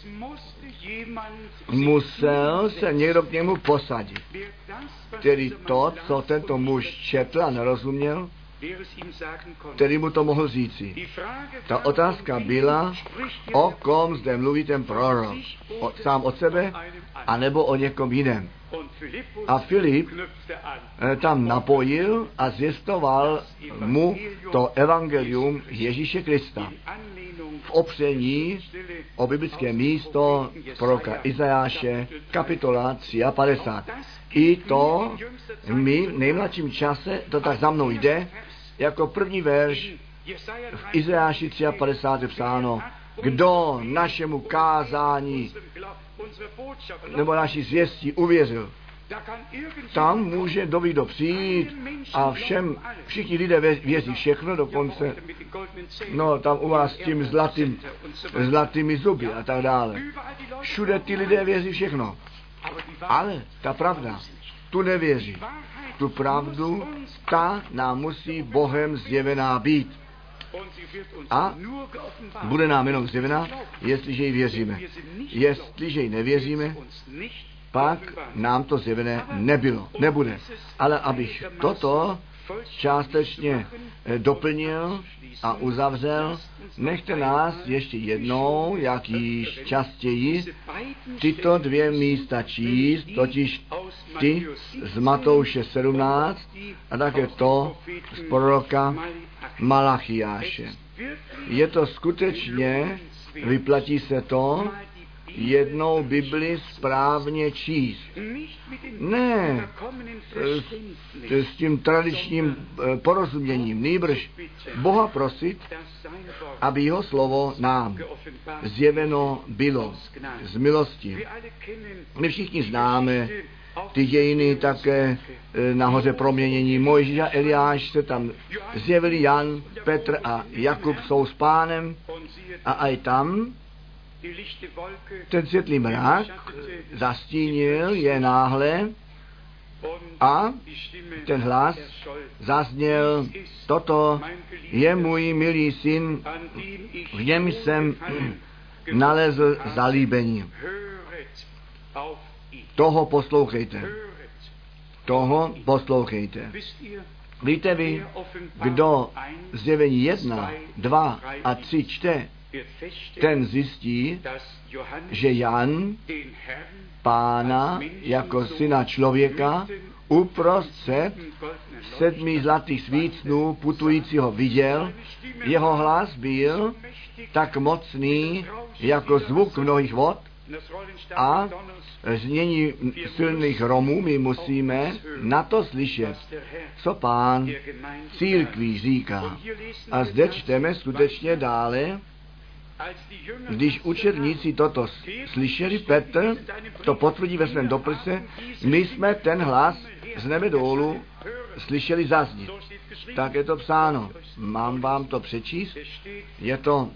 Musel se někdo k němu posadit, který to, co tento muž četl a nerozuměl, který mu to mohl říci. Ta otázka byla, o kom zde mluví ten prorok. Sám od sebe, anebo o někom jiném. A Filip tam napojil a zjistoval mu to evangelium Ježíše Krista. V opření o biblické místo proroka Izajáše, kapitola 53. I to mi v nejmladším čase, to tak za mnou jde, jako první verš v Izajáši 53. psáno, kdo našemu kázání nebo naší zvěstí uvěřil. Tam může kdo přijít a všichni lidé věří všechno, dokonce, no tam u vás s tím zlatými zuby a tak dále. Všude ty lidé věří všechno. Ale ta pravda, tu nevěří. Tu pravdu, ta nám musí Bohem zjevená být. A bude nám jenom zjevená, jestliže ji věříme. Jestliže ji nevěříme, pak nám to zjevené nebude. Ale abych toto částečně doplnil a uzavřel, nechte nás ještě jednou, jak již častěji, tyto 2 místa číst, totiž ty z Matouše 17 a také to z proroka Malachiáše. Je to skutečně, vyplatí se to, jednou Bibli správně číst. Ne s tím tradičním porozuměním, nýbrž Boha prosit, aby jeho slovo nám zjeveno bylo z milosti. My všichni známe ty dějiny také nahoře proměnění. Mojžíš a Eliáš se tam zjevili, Jan, Petr a Jakub jsou s Pánem a aj tam ten světlý mrak zastínil je náhle a ten hlas zazněl: toto je můj milý syn, v něm jsem nalezl zalíbení. Toho poslouchejte. Toho poslouchejte. Víte vy, kdo zjevení 1, 2 a 3 čte, ten zjistí, že Jan Pána jako syna člověka uprostřed 7 zlatých svícnů putujícího viděl. Jeho hlas byl tak mocný jako zvuk mnohých vod a znění silných hromů. My musíme na to slyšet, co Pán církví říká. A zde čteme skutečně dále, když učedníci toto slyšeli, Petr to potvrdí ve svém dopise: my jsme ten hlas z nebe dolů slyšeli zaznít. Tak je to psáno. Mám vám to přečíst? Je to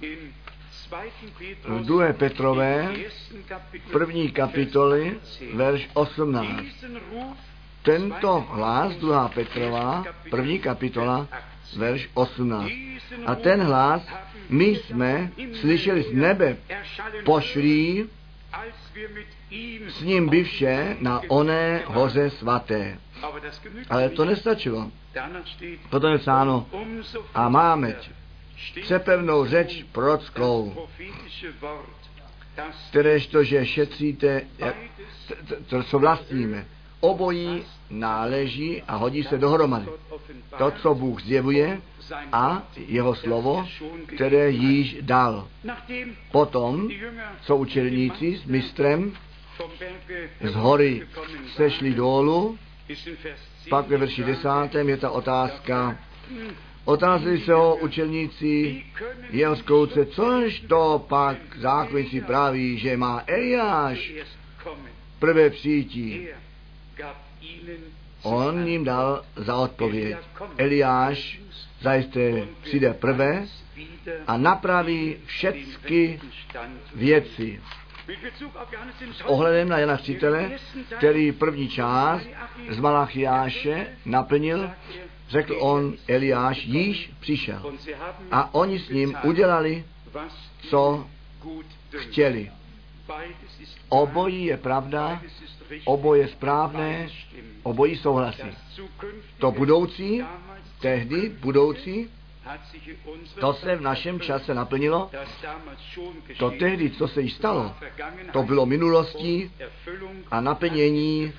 v 2. Petrové, 1. kapitoly, verš 18. Tento hlas, 2. Petrova, 1. kapitola, verš 18. A ten hlas my jsme slyšeli z nebe pošlý, s ním byvše na oné hoře svaté. Ale to nestačilo. Potom je psáno: a máme přepevnou řeč prorockou, kteréžto, že šetříte, to, co vlastníme. Obojí náleží a hodí se dohromady. To, co Bůh zjevuje, a jeho slovo, které již dal. Potom, co učedníci s mistrem z hory sešli dolů, pak ve verši 10. je ta otázka. Otázali se ho učedníci jeho zkouce, což to pak zákonníci praví, že má Eliáš prvé přijítí. On jim dal za odpověď: Eliáš zajisté přijde prvé a napraví všechny věci. S ohledem na Jana Křtitele, který první část z Malachiáše naplnil, řekl on: Eliáš již přišel. A oni s ním udělali, co chtěli. Obojí je pravda, obojí je správné, obojí souhlasí. To budoucí, tehdy budoucí, to se v našem čase naplnilo. To tehdy, co se již stalo, to bylo minulostí a naplnění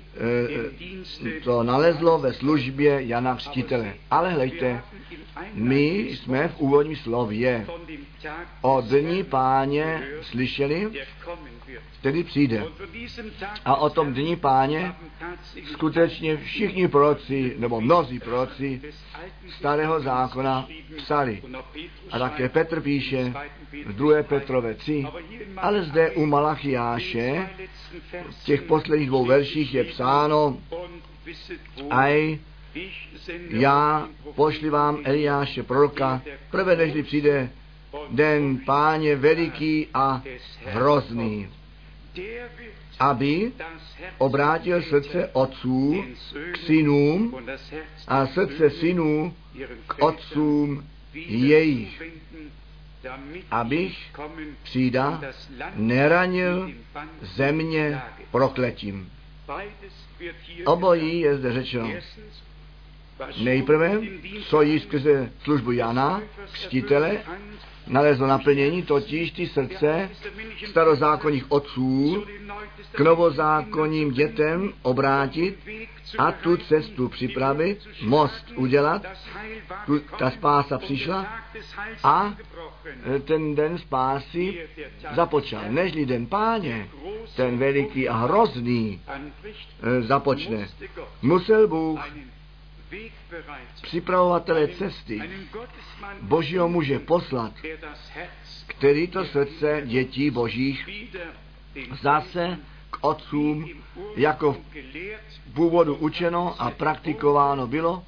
to nalezlo ve službě Jana Křtitele. Ale hleďte, my jsme v úvodním slově o dni Páně slyšeli, který přijde. A o tom dni Páně skutečně všichni proroci, nebo mnozí proroci Starého zákona psali. A také Petr píše v 2. Petrové 3, ale zde u Malachiáše v těch posledních 2 verších je psáno: aj já pošli vám Eliáše proroka, prvé nežli přijde den Páně veliký a hrozný, aby obrátil srdce otců k synům a srdce synů k otcům jejich, abych přijda neranil země prokletím. Obojí je zde řečeno. Nejprve, co již skrze službu Jana, křtitele, nalezlo naplnění, totiž ty srdce starozákonních otců k novozákonním dětem obrátit a tu cestu připravit, most udělat, ta spása přišla a ten den spásy započal. Nežli den Páně, ten veliký a hrozný započne. Musel Bůh připravovatele cesty Božího muže poslat, který to srdce dětí Božích zase k otcům, jako v původu učeno a praktikováno bylo,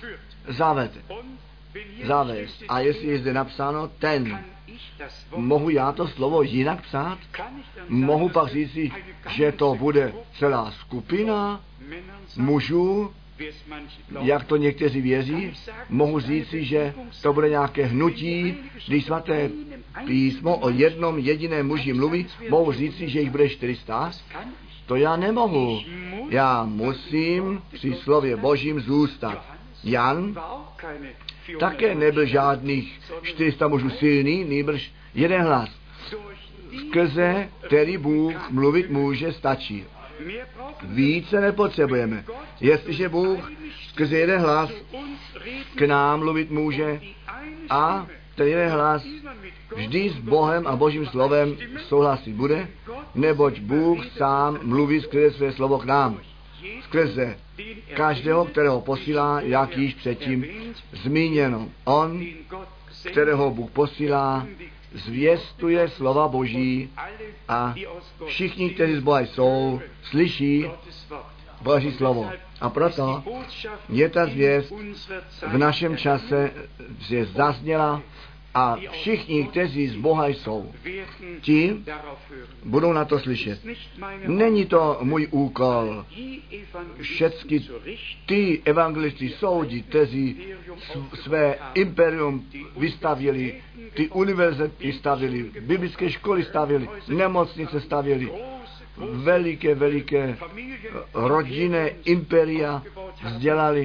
zavést. A jestli je zde napsáno ten, mohu já to slovo jinak psát? Mohu pak říct, že to bude celá skupina mužů, jak to někteří věří? Mohu říci, že to bude nějaké hnutí, když svaté písmo o jednom jediném muži mluví, mohu říci, že jich bude 400? To já nemohu. Já musím při slově Božím zůstat. Jan také nebyl žádných 400 mužů silný, nýbrž jeden hlas, skrze který Bůh mluvit může, stačí. Více nepotřebujeme. Jestliže Bůh skrze jeden hlas k nám mluvit může a ten jeden hlas vždy s Bohem a Božím slovem souhlasit bude, neboť Bůh sám mluví skrze své slovo k nám. Skrze každého, kterého posílá, jak již předtím zmíněno. On, kterého Bůh posílá, zvěstuje slova Boží a všichni, kteří z Boha jsou, slyší Boží slovo. A proto je ta zvěst v našem čase, že zazněla a všichni, kteří z Boha jsou, ti budou na to slyšet. Není to můj úkol všechny ty evangelisty soudit, kteří své imperium vystavili, ty univerzity stavili, biblické školy stavili, nemocnice stavili, veliké rodinné imperia vzdělali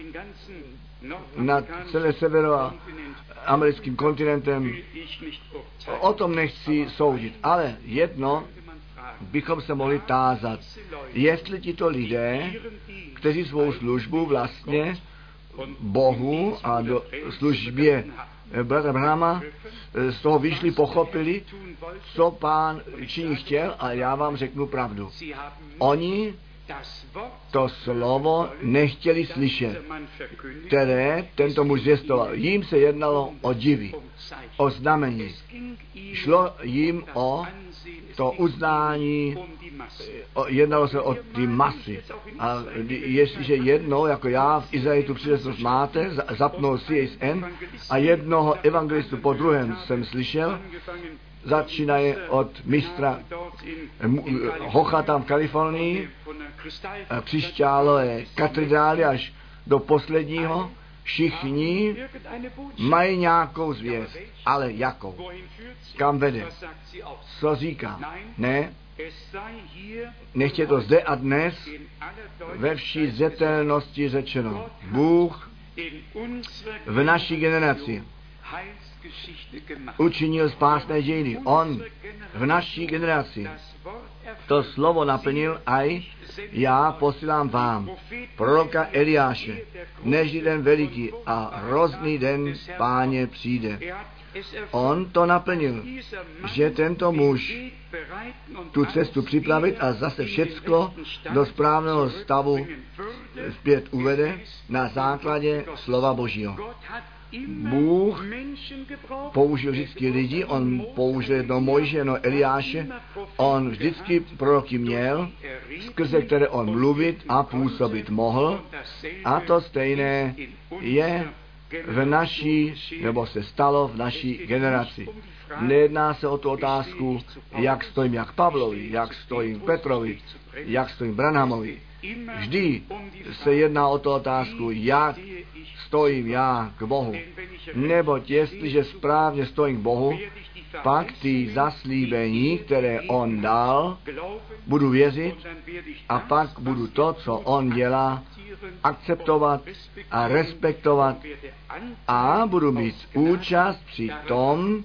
nad celé severoamerickým kontinentem. O tom nechci soudit, ale jedno bychom se mohli tázat, jestli tito lidé, kteří svou službu vlastně Bohu a do službě bratra Branhama z toho vyšli, pochopili, co Pán činí chtěl, a já vám řeknu pravdu. Oni to slovo nechtěli slyšet, které tento muž zvěstoval. Jím se jednalo o divy, o znamení. Šlo jim o to uznání, jednalo se o ty masy. A jestliže jednou, jako já v Izraeli tu příležitost máte, zapnul CSN a jednoho evangelistu po druhém jsem slyšel, začínaje od mistra Hocha tam v Kalifornii, křišťálové katedrály až do posledního, všichni mají nějakou zvěst, ale jakou? Kam vede? Co říká? Ne, nechť je to zde a dnes ve vší zřetelnosti řečeno. Bůh v naší generaci učinil spásné dějiny. On v naší generaci to slovo naplnil a já posílám vám proroka Eliáše, než den veliký a hrozný den Páně přijde. On to naplnil, že tento muž tu cestu připravit a zase všecko do správného stavu zpět uvede na základě slova Božího. Bůh použil vždycky lidi, on použil jedno Mojžíše, jedno Eliáše, on vždycky proroky měl, skrze které on mluvit a působit mohl, a to stejné je v naší, nebo se stalo v naší generaci. Nejedná se o tu otázku, jak stojím jak Pavlovi, jak stojím Petrovi, jak stojím Branhamovi. Vždy se jedná o tu otázku, jak stojím já k Bohu. Neboť jestliže správně stojím k Bohu, pak ty zaslíbení, které on dal, budu věřit a pak budu to, co on dělá, akceptovat a respektovat a budu mít účast při tom.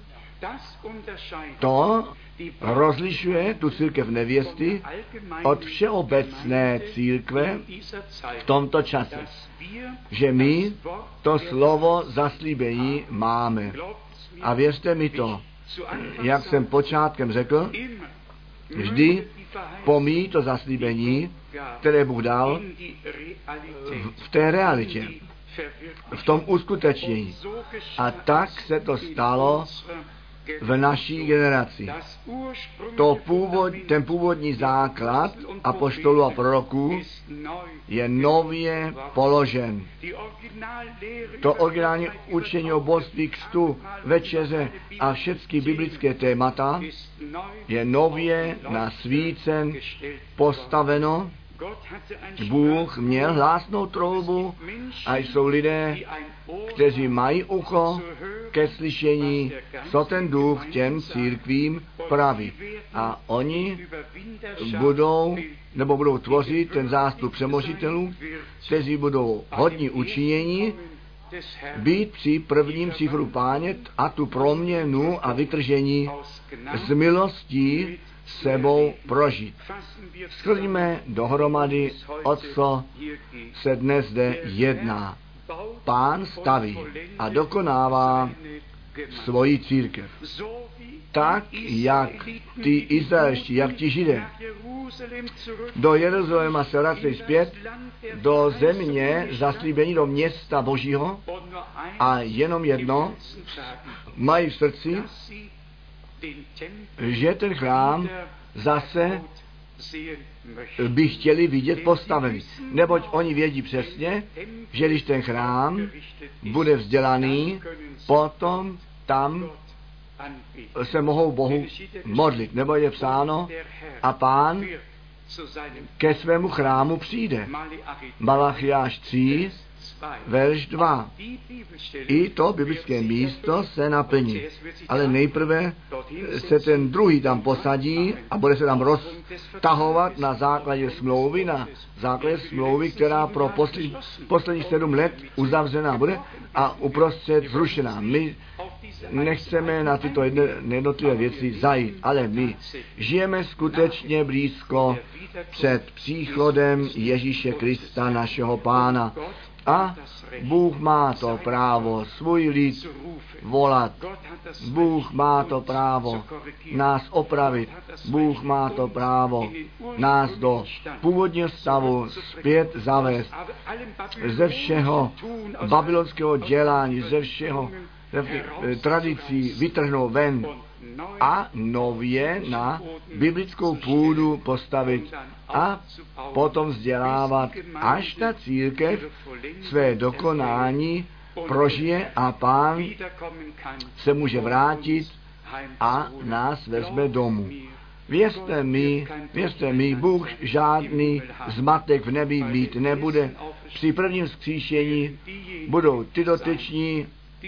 To rozlišuje tu církev nevěsty od všeobecné církve v tomto čase, že my to slovo zaslíbení máme. A věřte mi to, jak jsem počátkem řekl, vždy pomíjí to zaslíbení, které Bůh dal v té realitě, v tom uskutečnění. A tak se to stalo v naší generaci. Ten původní základ apoštolů a proroků je nově položen. To originální učení o božství, křtu, večeře a všechny biblické témata je nově nasvícen, postaveno. Bůh měl hlásnou troubu a jsou lidé, kteří mají ucho ke slyšení, co ten duch těm církvím praví. A oni budou tvořit ten zástup přemožitelů, kteří budou hodní učinění, být při prvním příchodu Páně a tu proměnu a vytržení z milostí sebou prožít. Shrňme dohromady, o co se dnes zde jedná. Pán staví a dokonává svoji církev. Tak, jak ty Izraelští, jak ti Židé do Jeruzaléma se vracejí zpět, do země zaslíbení, do města Božího a jenom jedno mají v srdci, že ten chrám zase by chtěli vidět postavený. Neboť oni vědí přesně, že když ten chrám bude vzdělaný, potom tam se mohou Bohu modlit. Nebo je psáno, a Pán ke svému chrámu přijde. Malachiáš 3, verš 2. I to biblické místo se naplní. Ale nejprve se ten druhý tam posadí a bude se tam roztahovat na základě smlouvy, která pro posledních 7 let uzavřená bude a uprostřed zrušená. My nechceme na tyto jednotlivé věci zajít, ale my žijeme skutečně blízko před příchodem Ježíše Krista, našeho Pána. A Bůh má to právo svůj lid volat. Bůh má to právo nás opravit. Bůh má to právo nás do původního stavu zpět zavést. Ze všeho babylonského dělání, ze všeho tradicí vytrhnout ven a nově na biblickou půdu postavit a potom vzdělávat, až ta církev své dokonání prožije a Pán se může vrátit a nás vezme domů. Věřte mi, Bůh žádný zmatek v nebi mít nebude. Při prvním vzkříšení budou ty dotyční,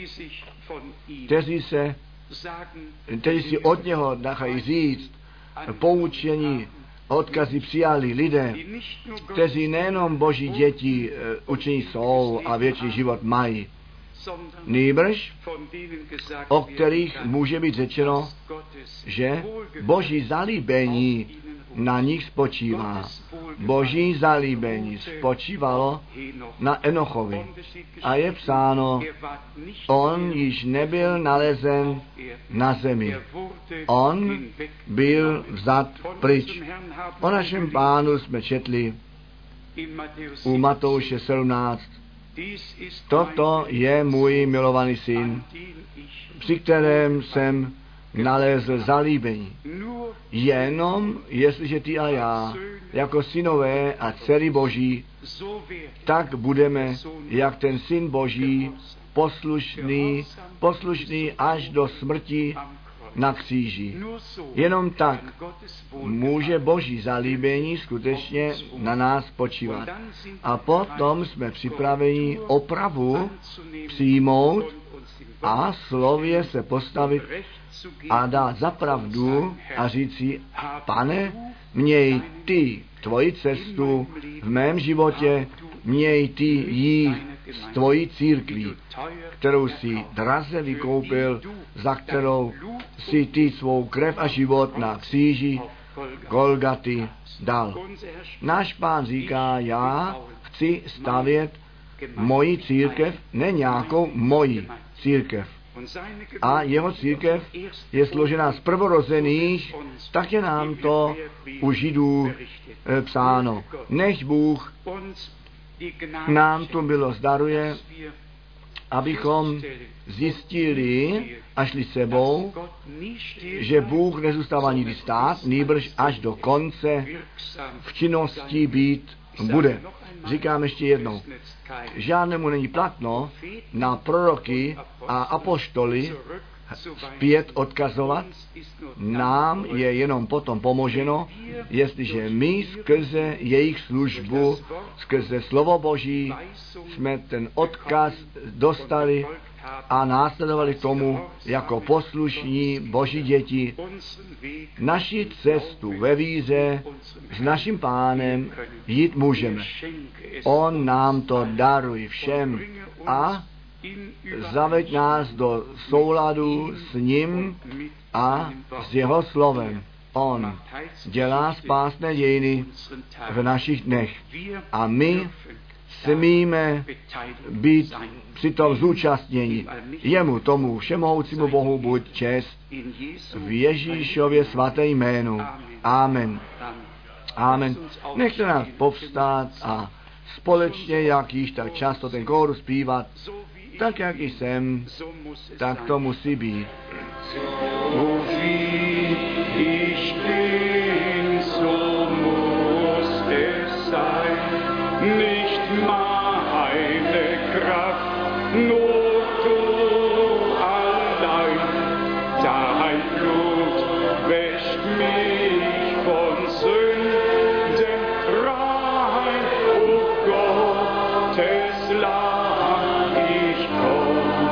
kteří si od něho nechají říct poučení, odkazy přijali lidé, kteří nejenom Boží děti učení jsou a věčný život mají, nýbrž o kterých může být řečeno, že Boží zalíbení na nich spočívá. Boží zalíbení spočívalo na Enochovi. A je psáno, on již nebyl nalezen na zemi. On byl vzat pryč. O našem Pánu jsme četli u Matouše 17. Toto je můj milovaný syn, při kterém jsem nalézl zalíbení. Jenom jestliže ty a já, jako synové a dcery Boží, tak budeme, jak ten syn Boží, poslušný až do smrti na kříži. Jenom tak může Boží zalíbení skutečně na nás počívat. A potom jsme připraveni opravu přijmout a slově se postavit a dát za pravdu a říci: Pane, měj ty tvoji cestu v mém životě, měj ty jí s tvojí církví, kterou si draze vykoupil, za kterou si ty svou krev a život na kříži Golgaty dal. Náš Pán říká: já chci stavět moji církev, ne nějakou moji církev. A jeho církev je složená z prvorozených, tak je nám to u Židů psáno. Nechť Bůh nám to bylo zdaruje, abychom zjistili a šli sebou, že Bůh nezůstává nikdy stát, nýbrž až do konce v činnosti být bude. Říkám ještě jednou, žádnému není platno na proroky a apoštoly zpět odkazovat, nám je jenom potom pomoženo, jestliže my skrze jejich službu, skrze slovo Boží jsme ten odkaz dostali a následovali tomu jako poslušní Boží děti. Naši cestu ve víře s naším Pánem jít můžeme. On nám to daruje všem a zaveď nás do souladu s ním a s jeho slovem. On dělá spásné dějiny v našich dnech a my smíme být přitom zúčastněni. Jemu, tomu všemohoucímu Bohu, buď čest v Ježíšově svaté jménu. Amen. Amen. Nechte nás povstát a společně, jak již tak často ten kórus zpívat, tak jak jsem, tak to musí být. So wie ich bin, so muss es sein. Nicht meine Kraft, nur du allein. Dein Blut wäscht mich von Sünden rein. O Gottes Lamm, ich komm.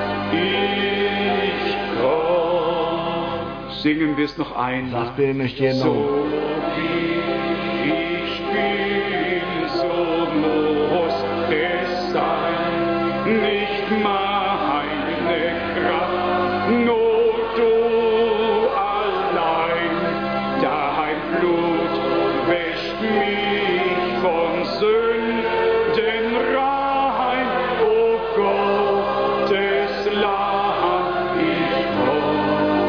Singen wir es noch einmal. Zaspějeme ještě jednou. So wie ich bin, so muss es sein. Nicht meine Kraft, nur du allein. Dein Blut wäscht mich von Sünden rein. O Gottes Lamm, ich komm.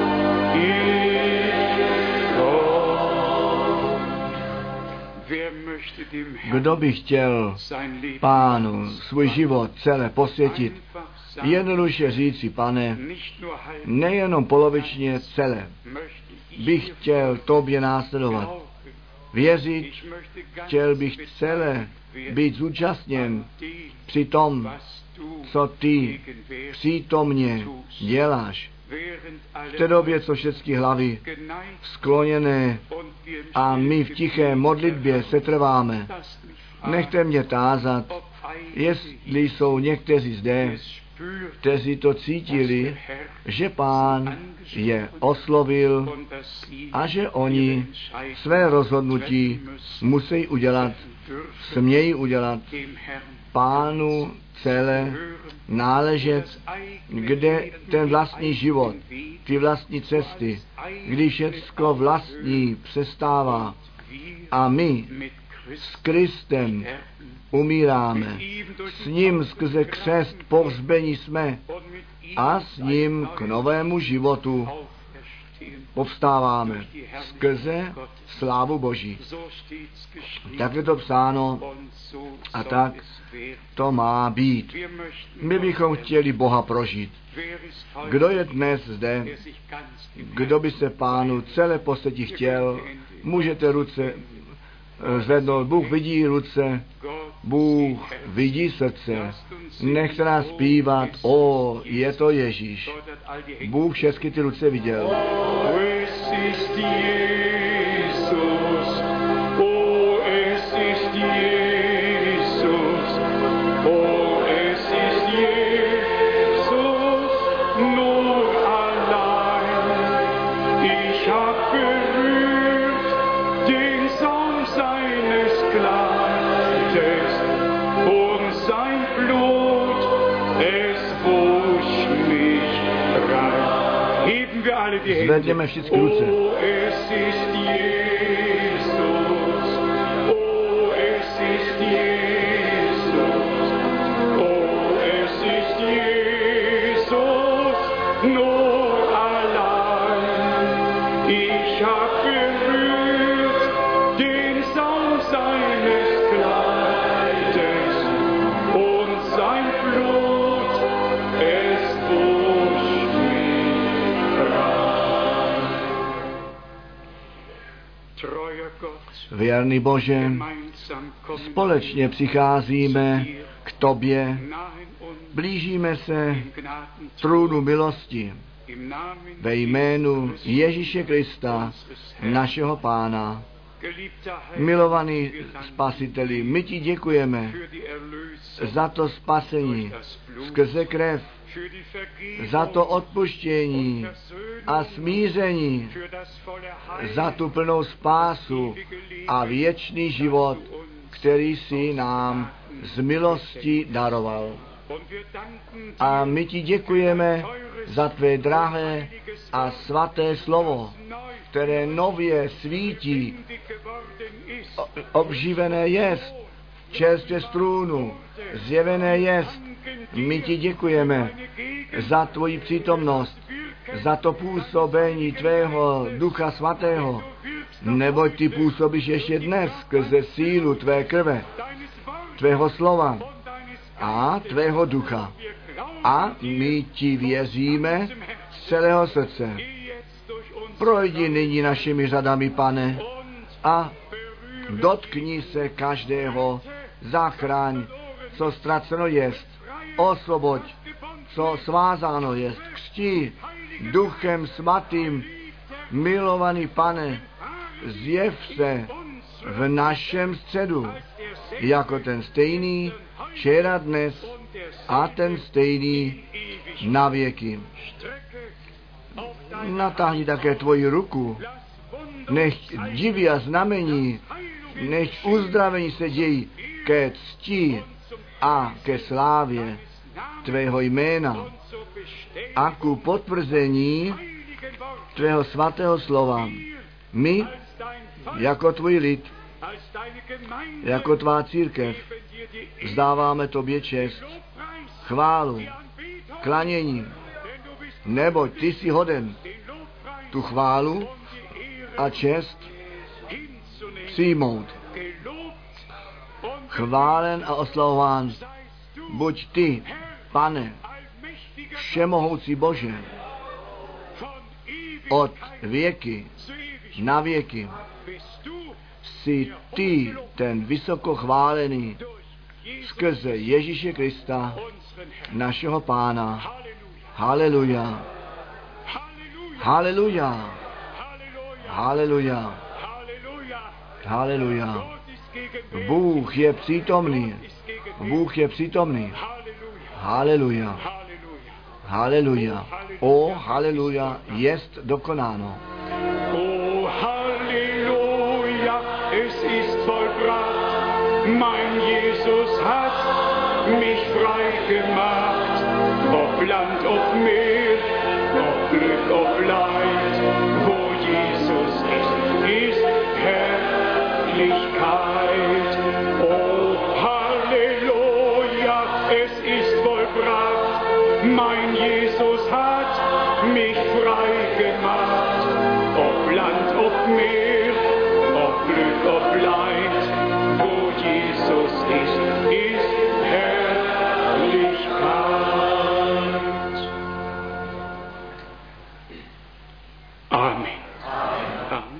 Kdo by chtěl Pánu svůj život celé posvětit, jednoduše říci: Pane, nejenom polovičně celé, bych chtěl tobě následovat, věřit, chtěl bych celé být zúčastněn při tom, co ty přítomně děláš. V té době, co všechny hlavy skloněné a my v tiché modlitbě se trváme, nechte mě tázat, jestli jsou někteří zde, kteří to cítili, že Pán je oslovil a že oni své rozhodnutí musí udělat, smějí udělat Pánu celé náležet, kde ten vlastní život, ty vlastní cesty, když všecko vlastní přestává a my s Kristem umíráme, s ním skrze křest pohřbení jsme a s ním k novému životu povstáváme skrze slávu Boží. Tak je to psáno a tak to má být. My bychom chtěli Boha prožít. Kdo je dnes zde, kdo by se Pánu celé posvětit chtěl, můžete ruce zvednout. Bůh vidí ruce, Bůh vidí srdce. Nechte nás zpívat: O, je to Ježíš. Bůh všechny ty ruce viděl. Es ist Jesus, oh, es ist Jesus, oh, es ist Jesus, nur allein. Ich hab berührt den Saum seines Kleides und sein Blut, es wusch mich rein. Heben wir alle die Hände. Zvedněme všichni ruce. Oh, es ist Jesus. Oh, es ist Jesus. Oh, es ist Jesus. Nur allein. Ich hab berührt den Saum seines Kleides und sein Blut, es wusch mich rein. Treuer Gott, Věrný Bože, gemeinsam kommen společně přicházíme k Tobě, nahen uns blížíme se im Gnaden trůnu milosti im Namen ve jménu Ježíše Krista, našeho Pána. geliebter Herr, Milovaný Spasiteli, my ti děkujeme für die Erlösung, za to spasení skrze krev, für die Vergebung, za to odpuštění a smíření, für das volle Heil, za tu plnou spásu a věčný život, který jsi nám z milosti daroval. und wir danken dir A my ti děkujeme za tvé drahé a svaté slovo, které nově svítí, lebendig geworden ist. obživené jest, čerstvě z trůnu, zjevené jest. My ti děkujeme za tvoji přítomnost, za to působení tvého Ducha Svatého, neboť ty působíš ještě dnes skrze sílu tvé krve, tvého slova a tvého ducha. A my ti věříme z celého srdce. Projdi nyní našimi řadami, Pane, a dotkni se každého, zachraň, co ztraceno jest, osvoboď, co svázáno jest, křti Duchem Svatým, milovaný Pane, zjev se v našem středu, jako ten stejný včera, dnes a ten stejný na věky. Natáhni také tvoji ruku, nech divy a znamení, nech uzdravení se dějí ke cti a ke slávě tvého jména a ku potvrzení tvého svatého slova. My, jako tvůj lid, jako tvá církev, vzdáváme tobě čest, chválu, klanění, neboť ty jsi hoden tu chválu a čest přijmout. Chválen a oslavován buď ty, Pane, všemohoucí Bože, od věky na věky. Jsi ty ten vysoko chválený skrze Ježíše Krista, našeho Pána. Haleluja. Haleluja. Haleluja. Haleluja. Bůh je přítomný. Bůh je přítomný. Haleluja. Haleluja. O, haleluja, jest dokonáno. Oh, Halleluja, es ist vollbracht. Mein Jesus hat mich frei gemacht. Ob Land, ob Meer, ob Glück, ob Leid, wo Jesus ist Herrlichkeit. Oh, Halleluja, es ist vollbracht. Mein Jesus hat mich frei gemacht. Ob Land, ob Meer, ob Glück, ob Leid, wo Jesus ist Herrlichkeit. Amen.